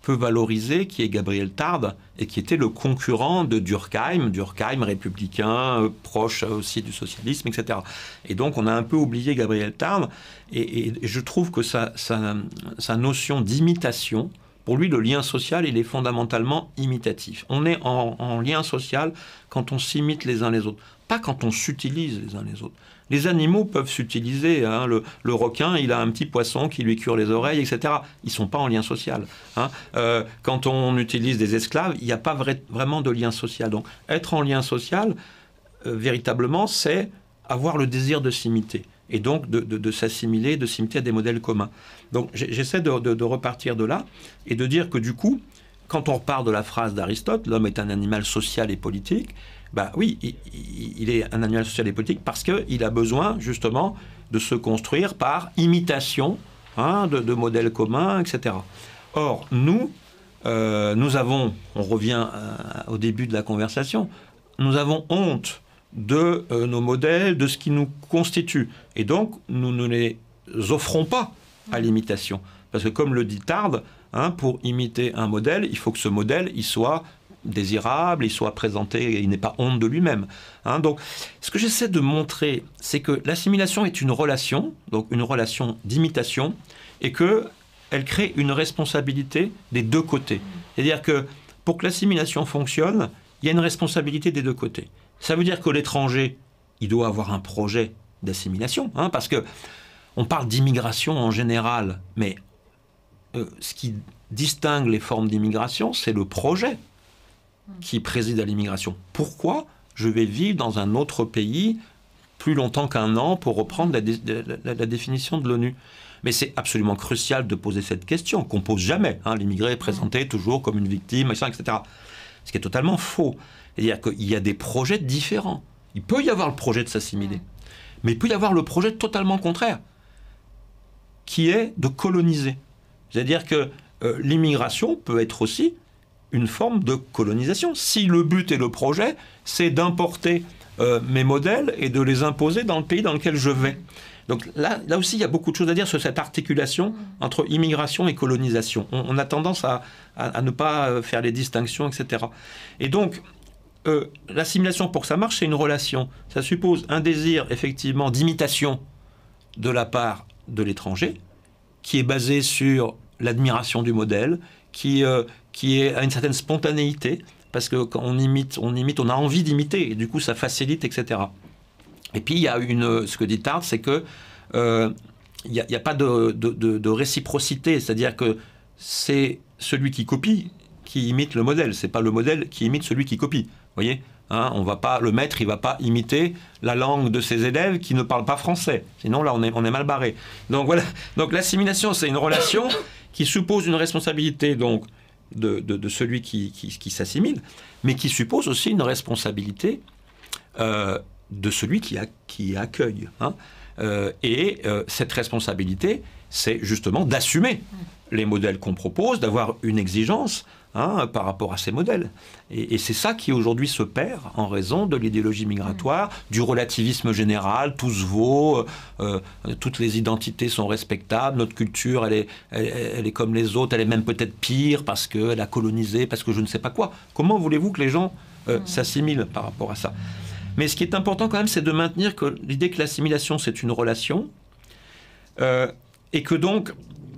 peu valorisé, qui est Gabriel Tarde, et qui était le concurrent de Durkheim, Durkheim républicain, euh, proche aussi du socialisme, et cetera. Et donc on a un peu oublié Gabriel Tarde, et, et je trouve que sa, sa, sa notion d'imitation, pour lui le lien social, il est fondamentalement imitatif. On est en, en lien social quand on s'imite les uns les autres, pas quand on s'utilise les uns les autres. Les animaux peuvent s'utiliser. Hein. Le, le requin, il a un petit poisson qui lui cure les oreilles, et cetera. Ils ne sont pas en lien social. Hein. Euh, quand on utilise des esclaves, il n'y a pas vrai, vraiment de lien social. Donc, être en lien social, euh, véritablement, c'est avoir le désir de s'imiter. Et donc, de, de, de s'assimiler, de s'imiter à des modèles communs. Donc, j'essaie de, de, de repartir de là et de dire que, du coup, quand on repart de la phrase d'Aristote, l'homme est un animal social et politique, ben oui, il, il est un animal social et politique parce qu'il a besoin justement de se construire par imitation hein, de, de modèles communs, et cetera. Or, nous, euh, nous avons, on revient à, au début de la conversation, nous avons honte de euh, nos modèles, de ce qui nous constitue. Et donc, nous ne les offrons pas à l'imitation. Parce que comme le dit Tarde, hein, pour imiter un modèle, il faut que ce modèle, il soit désirable, il soit présenté, il n'ait pas honte de lui-même. Hein, donc, ce que j'essaie de montrer, c'est que l'assimilation est une relation, donc une relation d'imitation, et qu'elle crée une responsabilité des deux côtés. C'est-à-dire que pour que l'assimilation fonctionne, il y a une responsabilité des deux côtés. Ça veut dire que l'étranger, il doit avoir un projet d'assimilation, hein, parce que on parle d'immigration en général, mais euh, ce qui distingue les formes d'immigration, c'est le projet qui préside à l'immigration. Pourquoi je vais vivre dans un autre pays plus longtemps qu'un an, pour reprendre la, la, la, la définition de l'ONU? Mais c'est absolument crucial de poser cette question, qu'on ne pose jamais. Hein. L'immigré est présenté toujours comme une victime, et cetera. Ce qui est totalement faux. C'est-à-dire qu'il y a des projets différents. Il peut y avoir le projet de s'assimiler, mais il peut y avoir le projet totalement contraire, qui est de coloniser. C'est-à-dire que euh, l'immigration peut être aussi une forme de colonisation. Si le but et le projet, c'est d'importer euh, mes modèles et de les imposer dans le pays dans lequel je vais. Donc là, là aussi, il y a beaucoup de choses à dire sur cette articulation entre immigration et colonisation. On, on a tendance à, à, à ne pas faire les distinctions, et cetera. Et donc, euh, l'assimilation, pour que ça marche, c'est une relation. Ça suppose un désir, effectivement, d'imitation de la part de l'étranger, qui est basé sur l'admiration du modèle, qui, euh, qui est à une certaine spontanéité, parce que quand on imite, on imite, on a envie d'imiter, et du coup ça facilite, et cetera. Et puis il y a une, ce que dit Tarde, c'est que euh, il n'y a, a pas de, de, de, de réciprocité, c'est-à-dire que c'est celui qui copie qui imite le modèle, c'est pas le modèle qui imite celui qui copie. Vous voyez, hein, on va pas, le maître, il va pas imiter la langue de ses élèves qui ne parlent pas français. Sinon là, on est, on est mal barré. Donc voilà. Donc l'assimilation, c'est une relation qui suppose une responsabilité donc de, de, de celui qui, qui, qui s'assimile, mais qui suppose aussi une responsabilité euh, de celui qui, a, qui accueille. Hein. Euh, et euh, cette responsabilité, c'est justement d'assumer les modèles qu'on propose, d'avoir une exigence hein, par rapport à ces modèles. Et, et c'est ça qui aujourd'hui se perd en raison de l'idéologie migratoire, du relativisme général, tout se vaut, euh, toutes les identités sont respectables, notre culture, elle est, elle, elle est comme les autres, elle est même peut-être pire parce qu'elle a colonisé, parce que je ne sais pas quoi. Comment voulez-vous que les gens euh, s'assimilent par rapport à ça ? Mais ce qui est important quand même, c'est de maintenir que l'idée que l'assimilation, c'est une relation, euh, et que donc,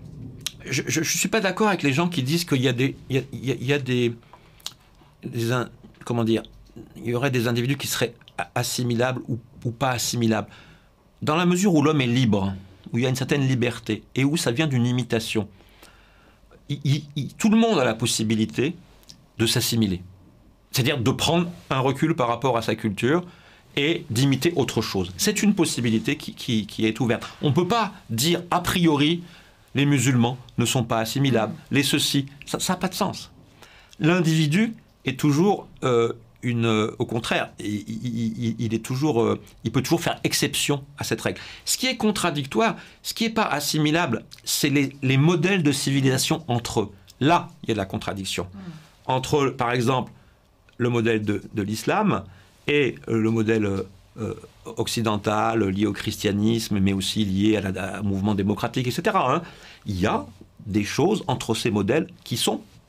je ne suis pas d'accord avec les gens qui disent qu'il y a des, il y a, il y a, il y a des, des un, comment dire, il y aurait des individus qui seraient assimilables ou, ou pas assimilables. Dans la mesure où l'homme est libre, où il y a une certaine liberté, et où ça vient d'une imitation, il, il, il, tout le monde a la possibilité de s'assimiler. C'est-à-dire de prendre un recul par rapport à sa culture et d'imiter autre chose. C'est une possibilité qui, qui, qui est ouverte. On ne peut pas dire a priori les musulmans ne sont pas assimilables, les ceci, ça n'a pas de sens. L'individu est toujours euh, une... Euh, au contraire, il, il, il, est toujours, euh, il peut toujours faire exception à cette règle. Ce qui est contradictoire, ce qui n'est pas assimilable, c'est les, les modèles de civilisation entre eux. Là, il y a de la contradiction. Entre, par exemple, le modèle de, de l'islam et le modèle euh, occidental lié au christianisme, mais aussi lié à la, à, au mouvement démocratique, et cetera. Hein. Il y a des choses entre ces modèles qui sont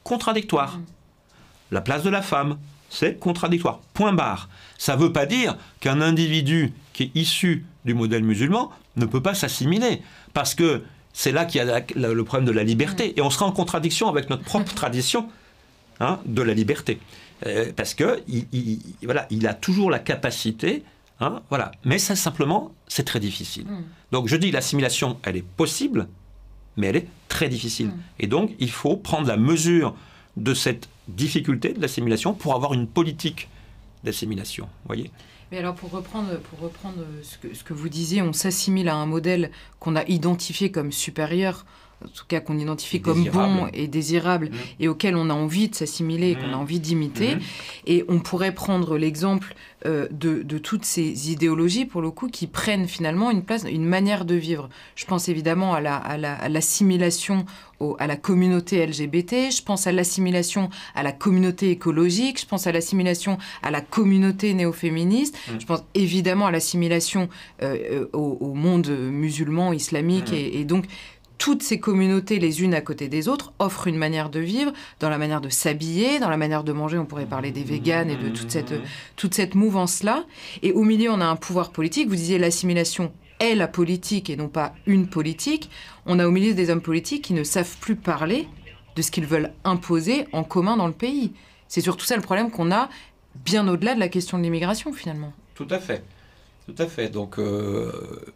contradictoire. Mmh. La place de la femme, c'est contradictoire. Point barre. Ça ne veut pas dire qu'un individu qui est issu du modèle musulman ne peut pas s'assimiler. Parce que c'est là qu'il y a la, la, le problème de la liberté. Mmh. Et on sera en contradiction avec notre propre tradition hein, de la liberté. Euh, parce qu'il il, il, voilà, il a toujours la capacité... Hein, voilà. Mais ça, simplement, c'est très difficile. Mmh. Donc je dis l'assimilation, elle est possible, mais elle est très difficile. Mmh. Et donc, il faut prendre la mesure de cette difficulté de l'assimilation pour avoir une politique d'assimilation. Voyez. Mais alors, pour reprendre, pour reprendre ce, que, ce que vous disiez, on s'assimile à un modèle qu'on a identifié comme supérieur, en tout cas qu'on identifie comme bon et désirable, mmh. et auquel on a envie de s'assimiler, mmh. qu'on a envie d'imiter. Mmh. Et on pourrait prendre l'exemple euh, de, de toutes ces idéologies, pour le coup, qui prennent finalement une place, une manière de vivre. Je pense évidemment à, la, à, la, à l'assimilation au, à la communauté L G B T, je pense à l'assimilation à la communauté écologique, je pense à l'assimilation à la communauté néo-féministe, mmh. je pense évidemment à l'assimilation euh, au, au monde musulman, islamique, mmh. et, et donc... Toutes ces communautés, les unes à côté des autres, offrent une manière de vivre, dans la manière de s'habiller, dans la manière de manger. On pourrait parler des véganes et de toute cette, toute cette mouvance-là. Et au milieu, on a un pouvoir politique. Vous disiez l'assimilation est la politique et non pas une politique. On a au milieu des hommes politiques qui ne savent plus parler de ce qu'ils veulent imposer en commun dans le pays. C'est surtout ça le problème qu'on a, bien au-delà de la question de l'immigration, finalement. Tout à fait. Tout à fait. Donc, euh,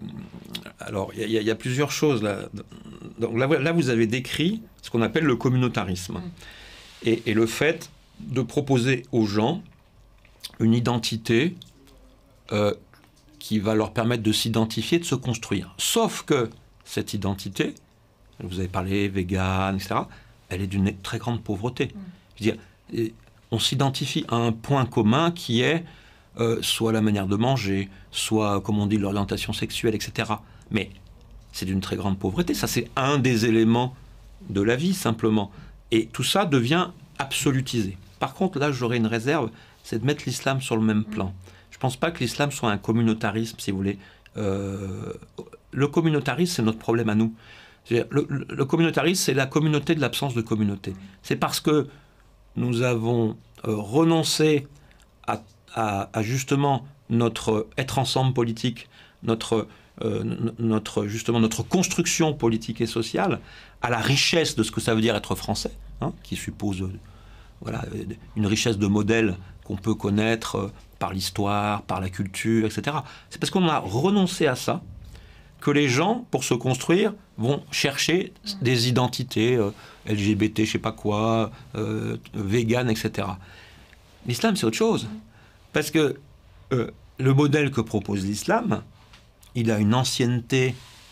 alors, il y, y a plusieurs choses là. Donc là, là, vous avez décrit ce qu'on appelle le communautarisme. Mmh. Et, et le fait de proposer aux gens une identité euh, qui va leur permettre de s'identifier, de se construire. Sauf que cette identité, vous avez parlé vegan, et cetera, elle est d'une très grande pauvreté. Mmh. Je veux dire, on s'identifie à un point commun qui est Euh, soit la manière de manger, soit, comme on dit, l'orientation sexuelle, et cetera. Mais c'est d'une très grande pauvreté. Ça, c'est un des éléments de la vie, simplement. Et tout ça devient absolutisé. Par contre, là, j'aurais une réserve, c'est de mettre l'islam sur le même plan. Je ne pense pas que l'islam soit un communautarisme, si vous voulez. Euh, le communautarisme, c'est notre problème à nous. Le, le, le communautarisme, c'est la communauté de l'absence de communauté. C'est parce que nous avons euh, renoncé à À, à justement notre être ensemble politique, notre, euh, notre, justement notre construction politique et sociale, à la richesse de ce que ça veut dire être français, hein, qui suppose euh, voilà, une richesse de modèles qu'on peut connaître euh, par l'histoire, par la culture, et cetera. C'est parce qu'on a renoncé à ça que les gens, pour se construire, vont chercher des identités euh, L G B T, je sais pas quoi, euh, vegan, et cetera. L'islam, c'est autre chose. Parce que euh, le modèle que propose l'islam, il a une ancienneté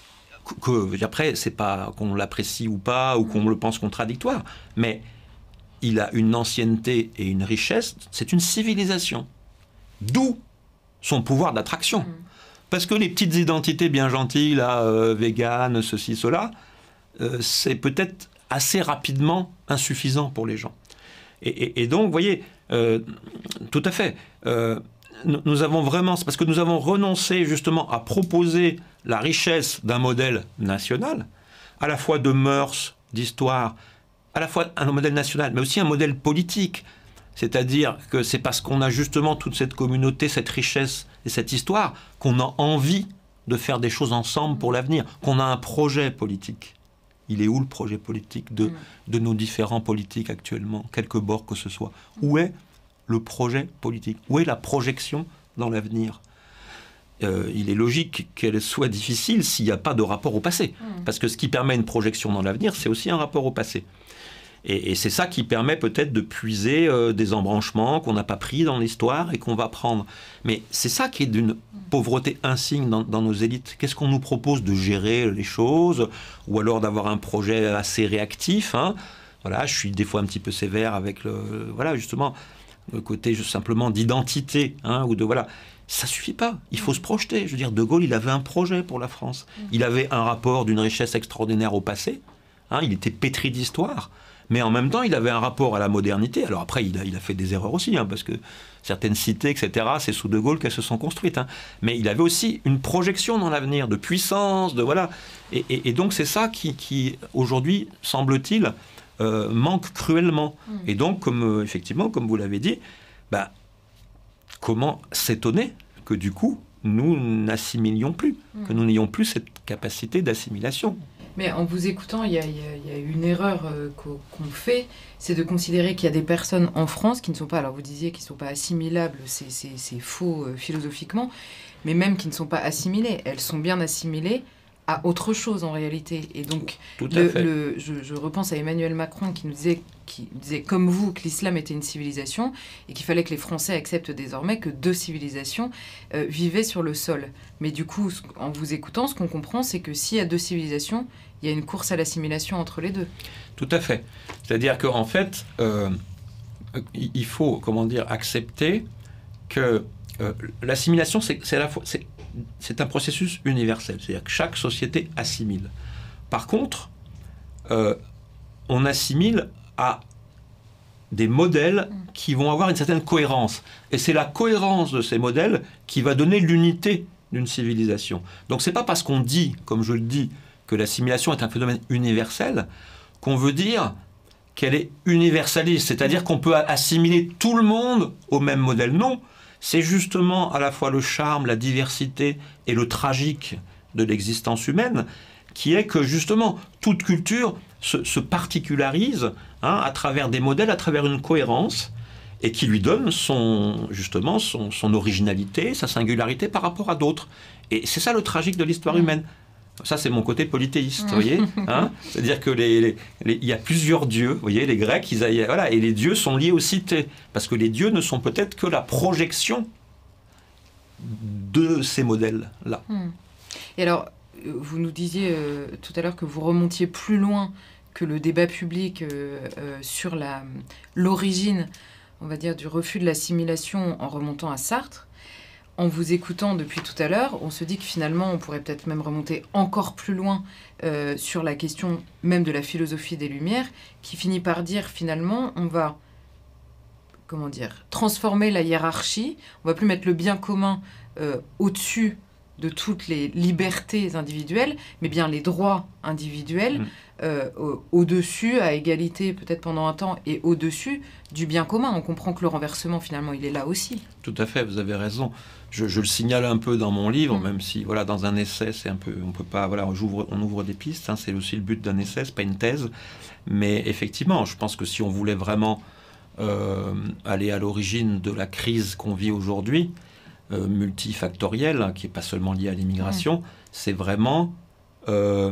que, après, c'est pas qu'on l'apprécie ou pas, ou qu'on le pense contradictoire, mais il a une ancienneté et une richesse, c'est une civilisation. D'où son pouvoir d'attraction. Mmh. Parce que les petites identités bien gentilles, là, euh, véganes, ceci, cela, euh, c'est peut-être assez rapidement insuffisant pour les gens. Et, et, et donc, vous voyez, euh, tout à fait, euh, nous, nous avons vraiment, c'est parce que nous avons renoncé justement à proposer la richesse d'un modèle national, à la fois de mœurs, d'histoire, à la fois un modèle national, mais aussi un modèle politique. C'est-à-dire que c'est parce qu'on a justement toute cette communauté, cette richesse et cette histoire qu'on a envie de faire des choses ensemble pour l'avenir, qu'on a un projet politique. Il est où le projet politique de, de nos différents politiques actuellement, quelque bord que ce soit? Où est le projet politique? Où est la projection dans l'avenir? euh, Il est logique qu'elle soit difficile s'il n'y a pas de rapport au passé. Parce que ce qui permet une projection dans l'avenir, c'est aussi un rapport au passé. Et, et c'est ça qui permet peut-être de puiser euh, des embranchements qu'on n'a pas pris dans l'histoire et qu'on va prendre. Mais c'est ça qui est d'une pauvreté insigne dans, dans nos élites. Qu'est-ce qu'on nous propose de gérer les choses, ou alors d'avoir un projet assez réactif, hein. Voilà, je suis des fois un petit peu sévère avec le, voilà, justement, le côté juste simplement d'identité, hein, ou de voilà. Ça suffit pas. Il faut se projeter. Je veux dire, De Gaulle, il avait un projet pour la France. Il avait un rapport d'une richesse extraordinaire au passé. Hein, il était pétri d'histoire. Mais en même temps, il avait un rapport à la modernité. Alors après, il a, il a fait des erreurs aussi, hein, parce que certaines cités, et cetera, c'est sous De Gaulle qu'elles se sont construites. Hein. Mais il avait aussi une projection dans l'avenir, de puissance, de voilà. Et, et, et donc c'est ça qui, qui aujourd'hui, semble-t-il, euh, manque cruellement. Mmh. Et donc, comme, euh, effectivement, comme vous l'avez dit, bah, comment s'étonner que du coup, nous n'assimilions plus, mmh. que nous n'ayons plus cette capacité d'assimilation. Mais en vous écoutant, il y, y, y a une erreur euh, qu'on qu'on fait, c'est de considérer qu'il y a des personnes en France qui ne sont pas, alors vous disiez qu'ils ne sont pas assimilables, c'est faux euh, philosophiquement, mais même qui ne sont pas assimilées, elles sont bien assimilées à autre chose en réalité. Et donc, Tout à le, fait. Le, je, je repense à Emmanuel Macron qui nous disait, qui disait comme vous, que l'islam était une civilisation et qu'il fallait que les Français acceptent désormais que deux civilisations euh, vivaient sur le sol. Mais du coup, en vous écoutant, ce qu'on comprend, c'est que s'il y a deux civilisations, il y a une course à l'assimilation entre les deux. Tout à fait. C'est-à-dire qu'en fait, euh, il faut, comment dire, accepter que euh, l'assimilation, c'est à la fois... c'est un processus universel, c'est-à-dire que chaque société assimile. Par contre, euh, on assimile à des modèles qui vont avoir une certaine cohérence. Et c'est la cohérence de ces modèles qui va donner l'unité d'une civilisation. Donc c'est pas parce qu'on dit, comme je le dis, que l'assimilation est un phénomène universel, qu'on veut dire qu'elle est universaliste, c'est-à-dire qu'on peut assimiler tout le monde au même modèle. Non, c'est justement à la fois le charme, la diversité et le tragique de l'existence humaine, qui est que justement toute culture se, se particularise hein, à travers des modèles, à travers une cohérence, et qui lui donne son, justement son, son originalité, sa singularité par rapport à d'autres. Et c'est ça le tragique de l'histoire humaine. Ça, c'est mon côté polythéiste, vous voyez hein. C'est-à-dire qu'il les, les, les, y a plusieurs dieux, vous voyez, les Grecs, ils a, voilà, et les dieux sont liés aux cités, parce que les dieux ne sont peut-être que la projection de ces modèles-là. Hum. Et alors, vous nous disiez euh, tout à l'heure que vous remontiez plus loin que le débat public euh, euh, sur l'origine, on va dire, du refus de l'assimilation en remontant à Sartre. En vous écoutant depuis tout à l'heure, on se dit que finalement, on pourrait peut-être même remonter encore plus loin euh, sur la question même de la philosophie des Lumières, qui finit par dire finalement, on va, comment dire, transformer la hiérarchie, on va plus mettre le bien commun euh, au-dessus de toutes les libertés individuelles, mais bien les droits individuels mmh. euh, au-dessus, à égalité peut-être pendant un temps, et au-dessus du bien commun. On comprend que le renversement, finalement, il est là aussi. Tout à fait, vous avez raison. Je, je le signale un peu dans mon livre, mmh. même si, voilà, dans un essai, c'est un peu, on peut pas, voilà, on ouvre, on ouvre des pistes, hein, c'est aussi le but d'un essai, c'est pas une thèse. Mais effectivement, je pense que si on voulait vraiment euh, aller à l'origine de la crise qu'on vit aujourd'hui, Euh, multifactoriel, hein, qui n'est pas seulement lié à l'immigration, mmh. c'est vraiment euh,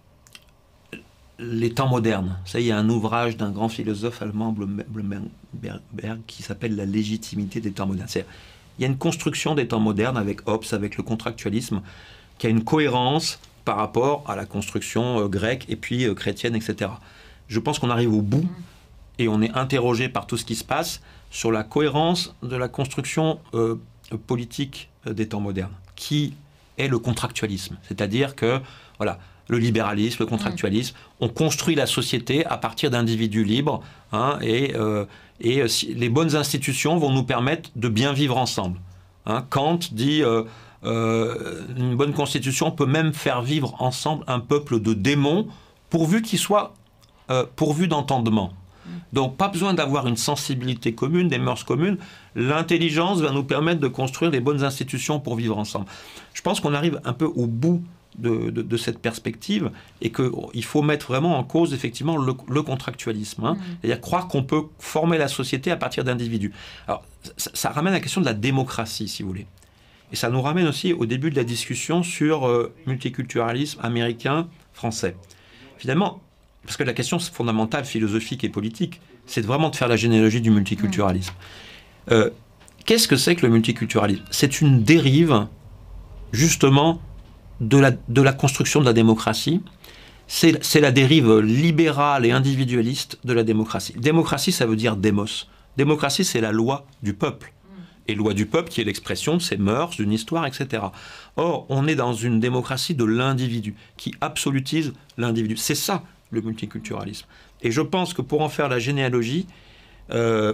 les temps modernes. Ça, il y a un ouvrage d'un grand philosophe allemand, Blumenberg, qui s'appelle « La légitimité des temps modernes ». Il y a une construction des temps modernes avec Hobbes, avec le contractualisme, qui a une cohérence par rapport à la construction euh, grecque et puis euh, chrétienne, et cetera. Je pense qu'on arrive au bout mmh. et on est interrogé par tout ce qui se passe sur la cohérence de la construction euh, politique des temps modernes, qui est le contractualisme. C'est-à-dire que, voilà, le libéralisme, le contractualisme, mmh. on construit la société à partir d'individus libres, hein, et, euh, et si, les bonnes institutions vont nous permettre de bien vivre ensemble. Hein. Kant dit euh, euh, une bonne constitution peut même faire vivre ensemble un peuple de démons, pourvu qu'il soit euh, pourvu d'entendement. Donc, pas besoin d'avoir une sensibilité commune, des mœurs communes. L'intelligence va nous permettre de construire les bonnes institutions pour vivre ensemble. Je pense qu'on arrive un peu au bout de, de, de cette perspective et qu'il faut mettre vraiment en cause, effectivement, le, le contractualisme. Hein. Mmh. C'est-à-dire croire qu'on peut former la société à partir d'individus. Alors, ça, ça ramène à la question de la démocratie, si vous voulez. Et ça nous ramène aussi au début de la discussion sur euh, multiculturalisme américain, français. Finalement, parce que la question fondamentale, philosophique et politique, c'est vraiment de faire la généalogie du multiculturalisme. Euh, Qu'est-ce que c'est que le multiculturalisme? C'est une dérive, justement, de la, de la construction de la démocratie. C'est la dérive libérale et individualiste de la démocratie. Démocratie, ça veut dire démos. Démocratie, c'est la loi du peuple. Et loi du peuple qui est l'expression de ses mœurs, d'une histoire, et cetera. Or, on est dans une démocratie de l'individu, qui absolutise l'individu. C'est ça, le multiculturalisme. Et je pense que pour en faire la généalogie, euh,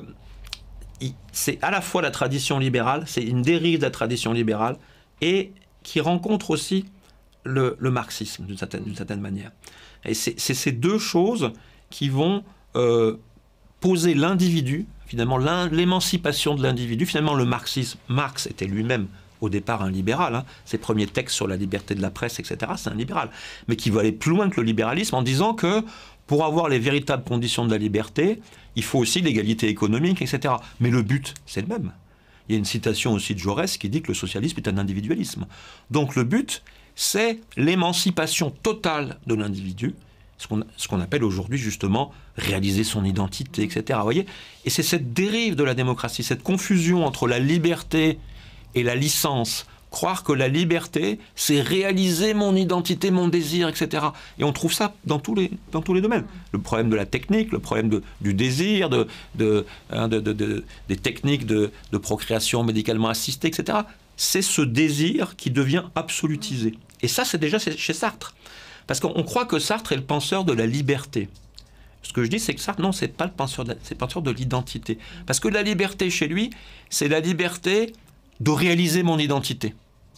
c'est à la fois la tradition libérale, c'est une dérive de la tradition libérale, et qui rencontre aussi le, le marxisme, d'une certaine, d'une certaine manière. Et c'est ces deux choses qui vont euh, poser l'individu, finalement l'émancipation de l'individu. Finalement, le marxisme, Marx était lui-même au départ un libéral, hein. Ses premiers textes sur la liberté de la presse, et cetera, c'est un libéral, mais qui veut aller plus loin que le libéralisme en disant que pour avoir les véritables conditions de la liberté, il faut aussi l'égalité économique, et cetera. Mais le but, c'est le même. Il y a une citation aussi de Jaurès qui dit que le socialisme est un individualisme. Donc le but, c'est l'émancipation totale de l'individu, ce qu'on ce qu'on appelle aujourd'hui justement réaliser son identité, et cetera. Vous voyez ? Et c'est cette dérive de la démocratie, cette confusion entre la liberté et la licence, croire que la liberté, c'est réaliser mon identité, mon désir, et cetera. Et on trouve ça dans tous les, dans tous les domaines. Le problème de la technique, le problème de, du désir, de, de, hein, de, de, de, des techniques de, de procréation médicalement assistée, et cetera. C'est ce désir qui devient absolutisé. Et ça, c'est déjà chez Sartre. Parce qu'on croit que Sartre est le penseur de la liberté. Ce que je dis, c'est que Sartre, non, c'est pas le penseur de, c'est le penseur de l'identité. Parce que la liberté, chez lui, c'est la liberté de réaliser mon identité.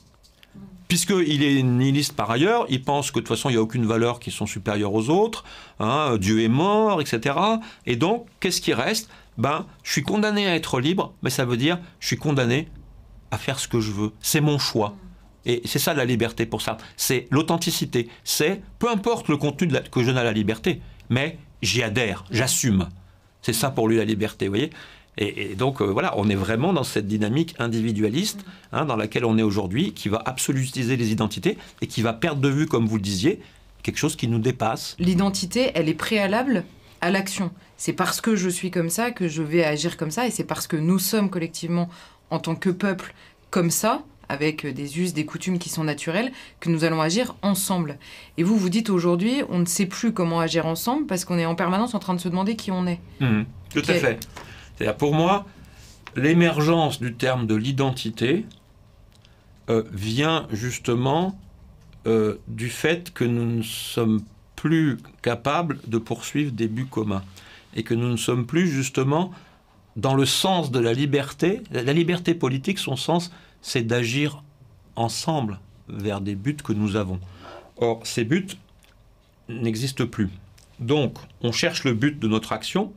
Puisqu'il est nihiliste par ailleurs, il pense que de toute façon, il n'y a aucune valeur qui sont supérieures aux autres, hein, Dieu est mort, et cetera. Et donc, qu'est-ce qui reste ? Ben, je suis condamné à être libre, mais ça veut dire je suis condamné à faire ce que je veux. C'est mon choix. Et c'est ça la liberté pour ça. C'est l'authenticité. C'est, peu importe le contenu de la, que je donne à la liberté, mais j'y adhère, j'assume. C'est ça pour lui la liberté, vous voyez ? Et, et donc, euh, voilà, on est vraiment dans cette dynamique individualiste hein, dans laquelle on est aujourd'hui, qui va absolutiser les identités et qui va perdre de vue, comme vous le disiez, quelque chose qui nous dépasse. L'identité, elle est préalable à l'action. C'est parce que je suis comme ça que je vais agir comme ça, et c'est parce que nous sommes collectivement, en tant que peuple, comme ça, avec des us, des coutumes qui sont naturelles, que nous allons agir ensemble. Et vous, vous dites aujourd'hui, on ne sait plus comment agir ensemble parce qu'on est en permanence en train de se demander qui on est. Mmh, tout à fait. C'est-à-dire, pour moi, l'émergence du terme de l'identité euh, vient justement euh, du fait que nous ne sommes plus capables de poursuivre des buts communs et que nous ne sommes plus justement dans le sens de la liberté. La liberté politique, son sens, c'est d'agir ensemble vers des buts que nous avons. Or, ces buts n'existent plus. Donc, on cherche le but de notre action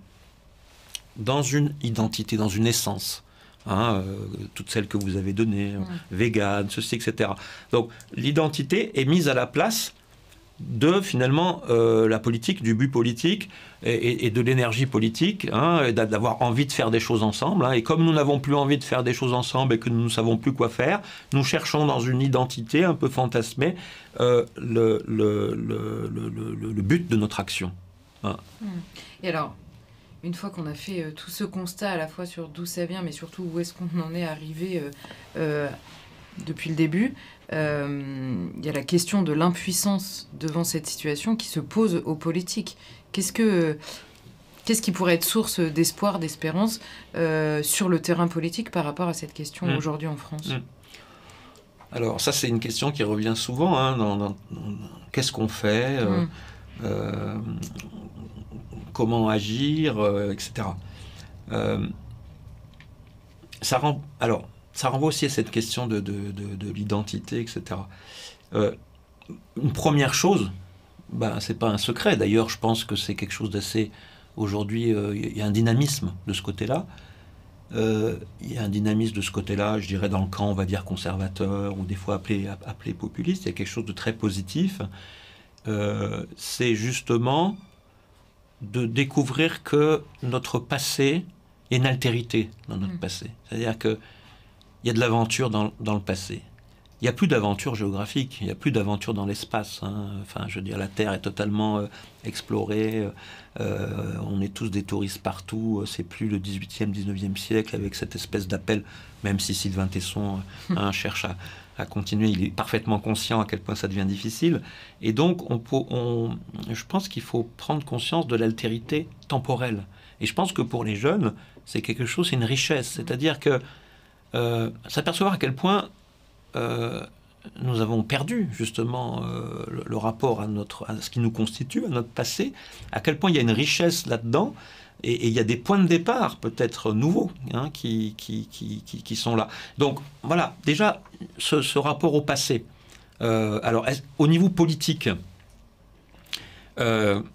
dans une identité, dans une essence. Hein, euh, toutes celles que vous avez données, euh, vegan, ceci, et cetera. Donc, l'identité est mise à la place de, finalement, euh, la politique, du but politique et, et, et de l'énergie politique, hein, d'avoir envie de faire des choses ensemble. Hein, et comme nous n'avons plus envie de faire des choses ensemble et que nous ne savons plus quoi faire, nous cherchons dans une identité un peu fantasmée euh, le, le, le, le, le, le but de notre action. Hein. Et alors, une fois qu'on a fait euh, tout ce constat à la fois sur d'où ça vient, mais surtout où est-ce qu'on en est arrivé euh, euh, depuis le début, il euh, y a la question de l'impuissance devant cette situation qui se pose aux politiques. Qu'est-ce que, qu'est-ce qui pourrait être source d'espoir, d'espérance euh, sur le terrain politique par rapport à cette question mmh. aujourd'hui en France ? mmh. Alors ça, c'est une question qui revient souvent. Hein, dans, dans, dans, qu'est-ce qu'on fait euh, mmh. euh, comment agir, euh, et cetera. Euh, ça rend, alors, ça renvoie aussi à cette question de, de, de, de l'identité, et cetera. Euh, une première chose, ben, c'est pas un secret. D'ailleurs, je pense que c'est quelque chose d'assez... Aujourd'hui, euh, il y a un dynamisme de ce côté-là. Euh, il y a un dynamisme de ce côté-là, je dirais, dans le camp, on va dire, conservateur, ou des fois appelé, appelé populiste. Il y a quelque chose de très positif. Euh, c'est justement de découvrir que notre passé, il y a une altérité dans notre mmh. passé. C'est-à-dire qu'il y a de l'aventure dans, dans le passé. Il n'y a plus d'aventure géographique, il n'y a plus d'aventure dans l'espace. Hein. Enfin, je veux dire, la Terre est totalement euh, explorée. Euh, on est tous des touristes partout. C'est plus le dix-huitième, dix-neuvième siècle avec cette espèce d'appel, même si Sylvain Tesson hein, cherche à, à continuer. Il est parfaitement conscient à quel point ça devient difficile. Et donc, on, on, je pense qu'il faut prendre conscience de l'altérité temporelle. Et je pense que pour les jeunes, c'est quelque chose, c'est une richesse. C'est-à-dire que euh, s'apercevoir à quel point Euh, nous avons perdu justement euh, le, le rapport à, notre, à ce qui nous constitue, à notre passé, à quel point il y a une richesse là-dedans, et, et il y a des points de départ peut-être nouveaux hein, qui, qui, qui, qui, qui sont là. Donc voilà, déjà ce, ce rapport au passé. Euh, alors au niveau politique, euh,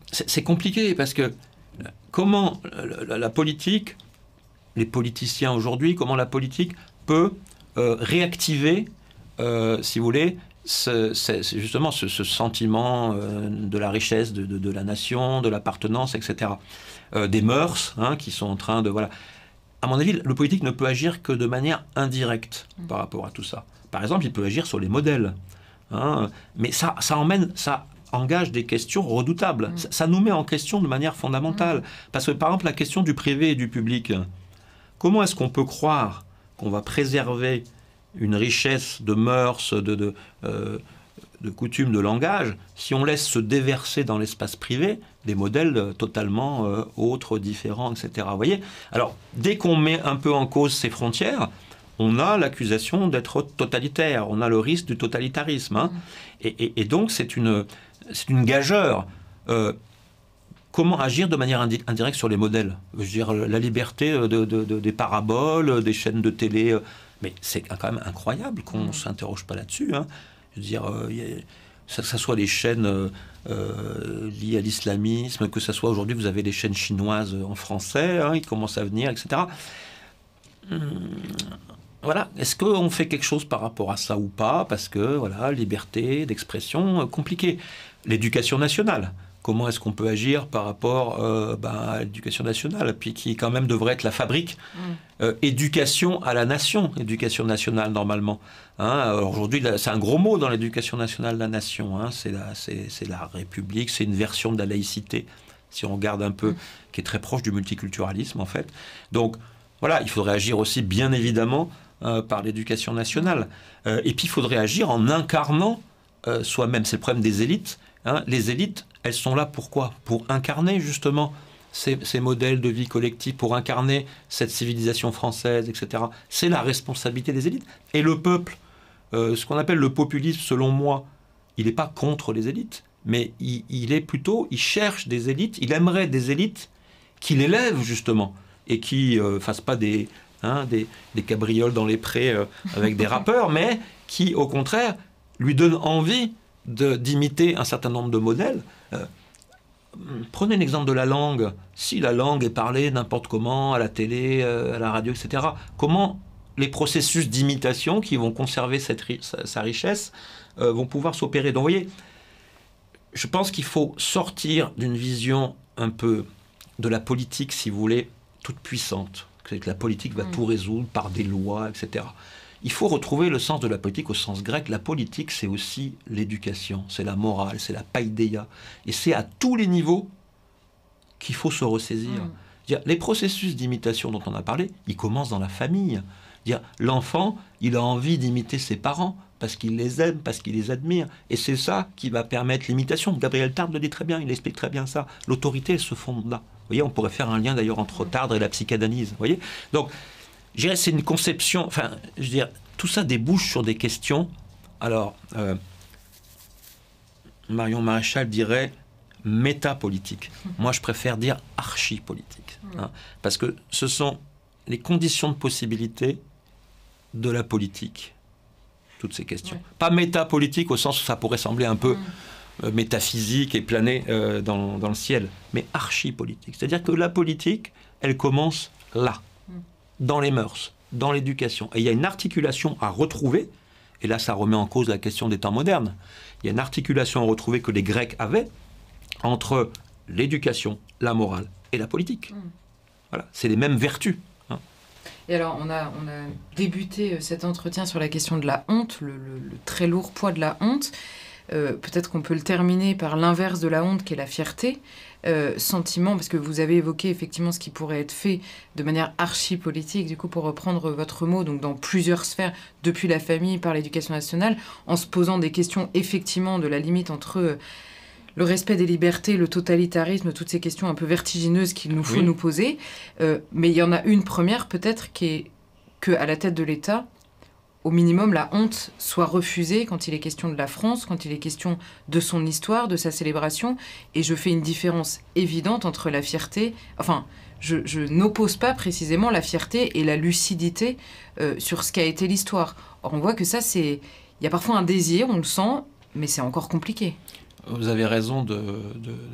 c'est compliqué parce que comment la, la politique, les politiciens aujourd'hui, comment la politique peut euh, réactiver, euh, si vous voulez, ce, ce, justement ce, ce sentiment euh, de la richesse de, de, de la nation, de l'appartenance, et cetera. Euh, des mœurs hein, qui sont en train de... Voilà. À mon avis, le politique ne peut agir que de manière indirecte par rapport à tout ça. Par exemple, il peut agir sur les modèles. Hein, mais ça, ça emmène... Ça, engage des questions redoutables. Mmh. Ça, ça nous met en question de manière fondamentale. Mmh. Parce que, par exemple, la question du privé et du public, comment est-ce qu'on peut croire qu'on va préserver une richesse de mœurs, de, de, euh, de coutumes, de langage, si on laisse se déverser dans l'espace privé des modèles totalement euh, autres, différents, et cetera. Vous voyez ? Alors, dès qu'on met un peu en cause ces frontières, on a l'accusation d'être totalitaire, on a le risque du totalitarisme. Hein. Mmh. Et, et, et donc, c'est une... C'est une gageure. Euh, comment agir de manière indi indirecte sur les modèles ? Je veux dire, la liberté de, de, de, des paraboles, des chaînes de télé. Euh, mais c'est quand même incroyable qu'on ne s'interroge pas là-dessus. Hein. Je veux dire, euh, y a, ça, ça soit les chaînes euh, euh, liées à l'islamisme, que ce soit aujourd'hui, vous avez des chaînes chinoises en français, hein, ils commencent à venir, et cetera. Hum, Voilà, est-ce qu'on fait quelque chose par rapport à ça ou pas? Parce que, voilà, liberté d'expression, euh, compliqué. L'éducation nationale, comment est-ce qu'on peut agir par rapport euh, ben, à l'éducation nationale, puis qui quand même devrait être la fabrique. Mmh. Euh, éducation à la nation, éducation nationale normalement. Hein, aujourd'hui, c'est un gros mot dans l'éducation nationale, la nation. Hein, c'est la, c'est la République, c'est une version de la laïcité, si on regarde un peu, mmh. qui est très proche du multiculturalisme en fait. Donc, voilà, il faudrait agir aussi, bien évidemment, Euh, par l'éducation nationale. Euh, et puis, il faudrait agir en incarnant euh, soi-même. C'est le problème des élites. Hein. Les élites, elles sont là pourquoi? Pour incarner, justement, ces, ces modèles de vie collective, pour incarner cette civilisation française, et cetera. C'est la responsabilité des élites. Et le peuple, euh, ce qu'on appelle le populisme, selon moi, il n'est pas contre les élites, mais il, il est plutôt, il cherche des élites, il aimerait des élites qui l'élèvent, justement, et qui ne euh, fassent pas des... Hein, des, des cabrioles dans les prés euh, avec des rappeurs, mais qui, au contraire, lui donnent envie d'imiter un certain nombre de modèles. Euh, prenez l'exemple de la langue. Si la langue est parlée n'importe comment, à la télé, euh, à la radio, et cetera, comment les processus d'imitation qui vont conserver cette, sa, sa richesse euh, vont pouvoir s'opérer? Donc, vous voyez, je pense qu'il faut sortir d'une vision un peu de la politique, si vous voulez, toute puissante. C'est que la politique va mmh. tout résoudre par des lois, et cetera. Il faut retrouver le sens de la politique au sens grec. La politique, c'est aussi l'éducation, c'est la morale, c'est la paideia. Et c'est à tous les niveaux qu'il faut se ressaisir. Mmh. Les processus d'imitation dont on a parlé, ils commencent dans la famille. L'enfant, il a envie d'imiter ses parents parce qu'il les aime, parce qu'il les admire. Et c'est ça qui va permettre l'imitation. Gabriel Tarde le dit très bien, il explique très bien ça. L'autorité, elle se fonde là. Vous voyez, on pourrait faire un lien d'ailleurs entre Tarde et la psychanalyse. Vous voyez ? Donc, je dirais c'est une conception... Enfin, je veux dire, tout ça débouche sur des questions. Alors, euh, Marion Maréchal dirait métapolitique. Moi, je préfère dire archi-politique. Hein, parce que ce sont les conditions de possibilité de la politique, toutes ces questions. Ouais. Pas métapolitique au sens où ça pourrait sembler un peu... Mmh. métaphysique et planer euh, dans, dans le ciel, mais archi-politique. C'est-à-dire que la politique, elle commence là, dans les mœurs, dans l'éducation. Et il y a une articulation à retrouver, et là ça remet en cause la question des temps modernes. Il y a une articulation à retrouver que les Grecs avaient entre l'éducation, la morale et la politique. Mmh. Voilà, c'est les mêmes vertus. Hein. Et alors, on a, on a débuté cet entretien sur la question de la honte, le, le, le très lourd poids de la honte. Euh, peut-être qu'on peut le terminer par l'inverse de la honte, qui est la fierté. Euh, sentiment, parce que vous avez évoqué effectivement ce qui pourrait être fait de manière archi-politique, du coup, pour reprendre votre mot, donc dans plusieurs sphères, depuis la famille, par l'éducation nationale, en se posant des questions effectivement de la limite entre euh, le respect des libertés, le totalitarisme, toutes ces questions un peu vertigineuses qu'il nous faut oui. nous poser. Euh, mais il y en a une première, peut-être, qui est qu'à la tête de l'État, au minimum, la honte soit refusée quand il est question de la France, quand il est question de son histoire, de sa célébration. Et je fais une différence évidente entre la fierté... Enfin, je, je n'oppose pas précisément la fierté et la lucidité euh, sur ce qu'a été l'histoire. Or, on voit que ça, c'est... Il y a parfois un désir, on le sent, mais c'est encore compliqué. Vous avez raison de, de,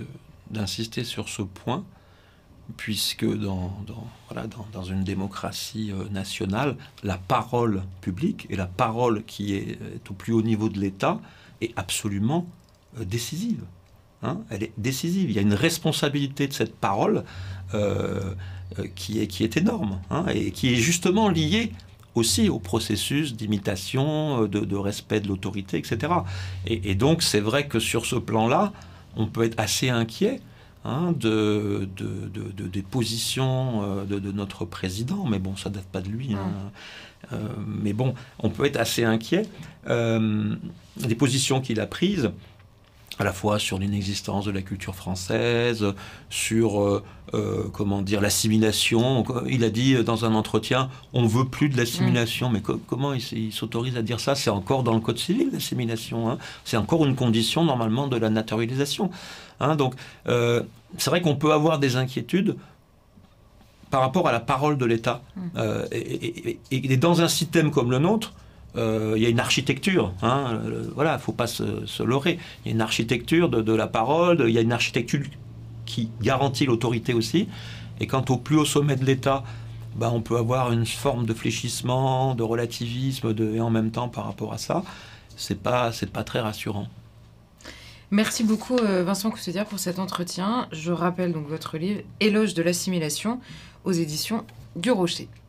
d'insister sur ce point, puisque dans, dans, voilà, dans, dans une démocratie euh, nationale, la parole publique et la parole qui est, est au plus haut niveau de l'État est absolument euh, décisive. Hein, elle est décisive. Il y a une responsabilité de cette parole euh, euh, qui, est, qui est énorme, hein, et qui est justement liée aussi au processus d'imitation, de, de respect de l'autorité, et cetera. Et, et donc, c'est vrai que sur ce plan-là, on peut être assez inquiet hein, de, de, de, de, des positions de, de notre président, mais bon, ça date pas de lui. Hein. Euh, mais bon, on peut être assez inquiet euh, des positions qu'il a prises, à la fois sur l'inexistence de la culture française, sur euh, euh, comment dire l'assimilation. Il a dit dans un entretien, on veut plus de l'assimilation. Mmh. Mais co comment il, il s'autorise à dire ça? C'est encore dans le Code civil, l'assimilation. Hein. C'est encore une condition normalement de la naturalisation. Hein. Donc euh, c'est vrai qu'on peut avoir des inquiétudes par rapport à la parole de l'État. Mmh. Euh, et, et, et, et dans un système comme le nôtre, il euh, y a une architecture, hein, euh, voilà, il ne faut pas se, se leurrer. Il y a une architecture de, de la parole, il y a une architecture qui garantit l'autorité aussi. Et quant au plus haut sommet de l'État, ben, on peut avoir une forme de fléchissement, de relativisme, de, et en même temps, par rapport à ça, c'est pas, c'est pas très rassurant. Merci beaucoup Vincent Coussédière pour cet entretien. Je rappelle donc votre livre « Éloge de l'assimilation » aux éditions du Rocher.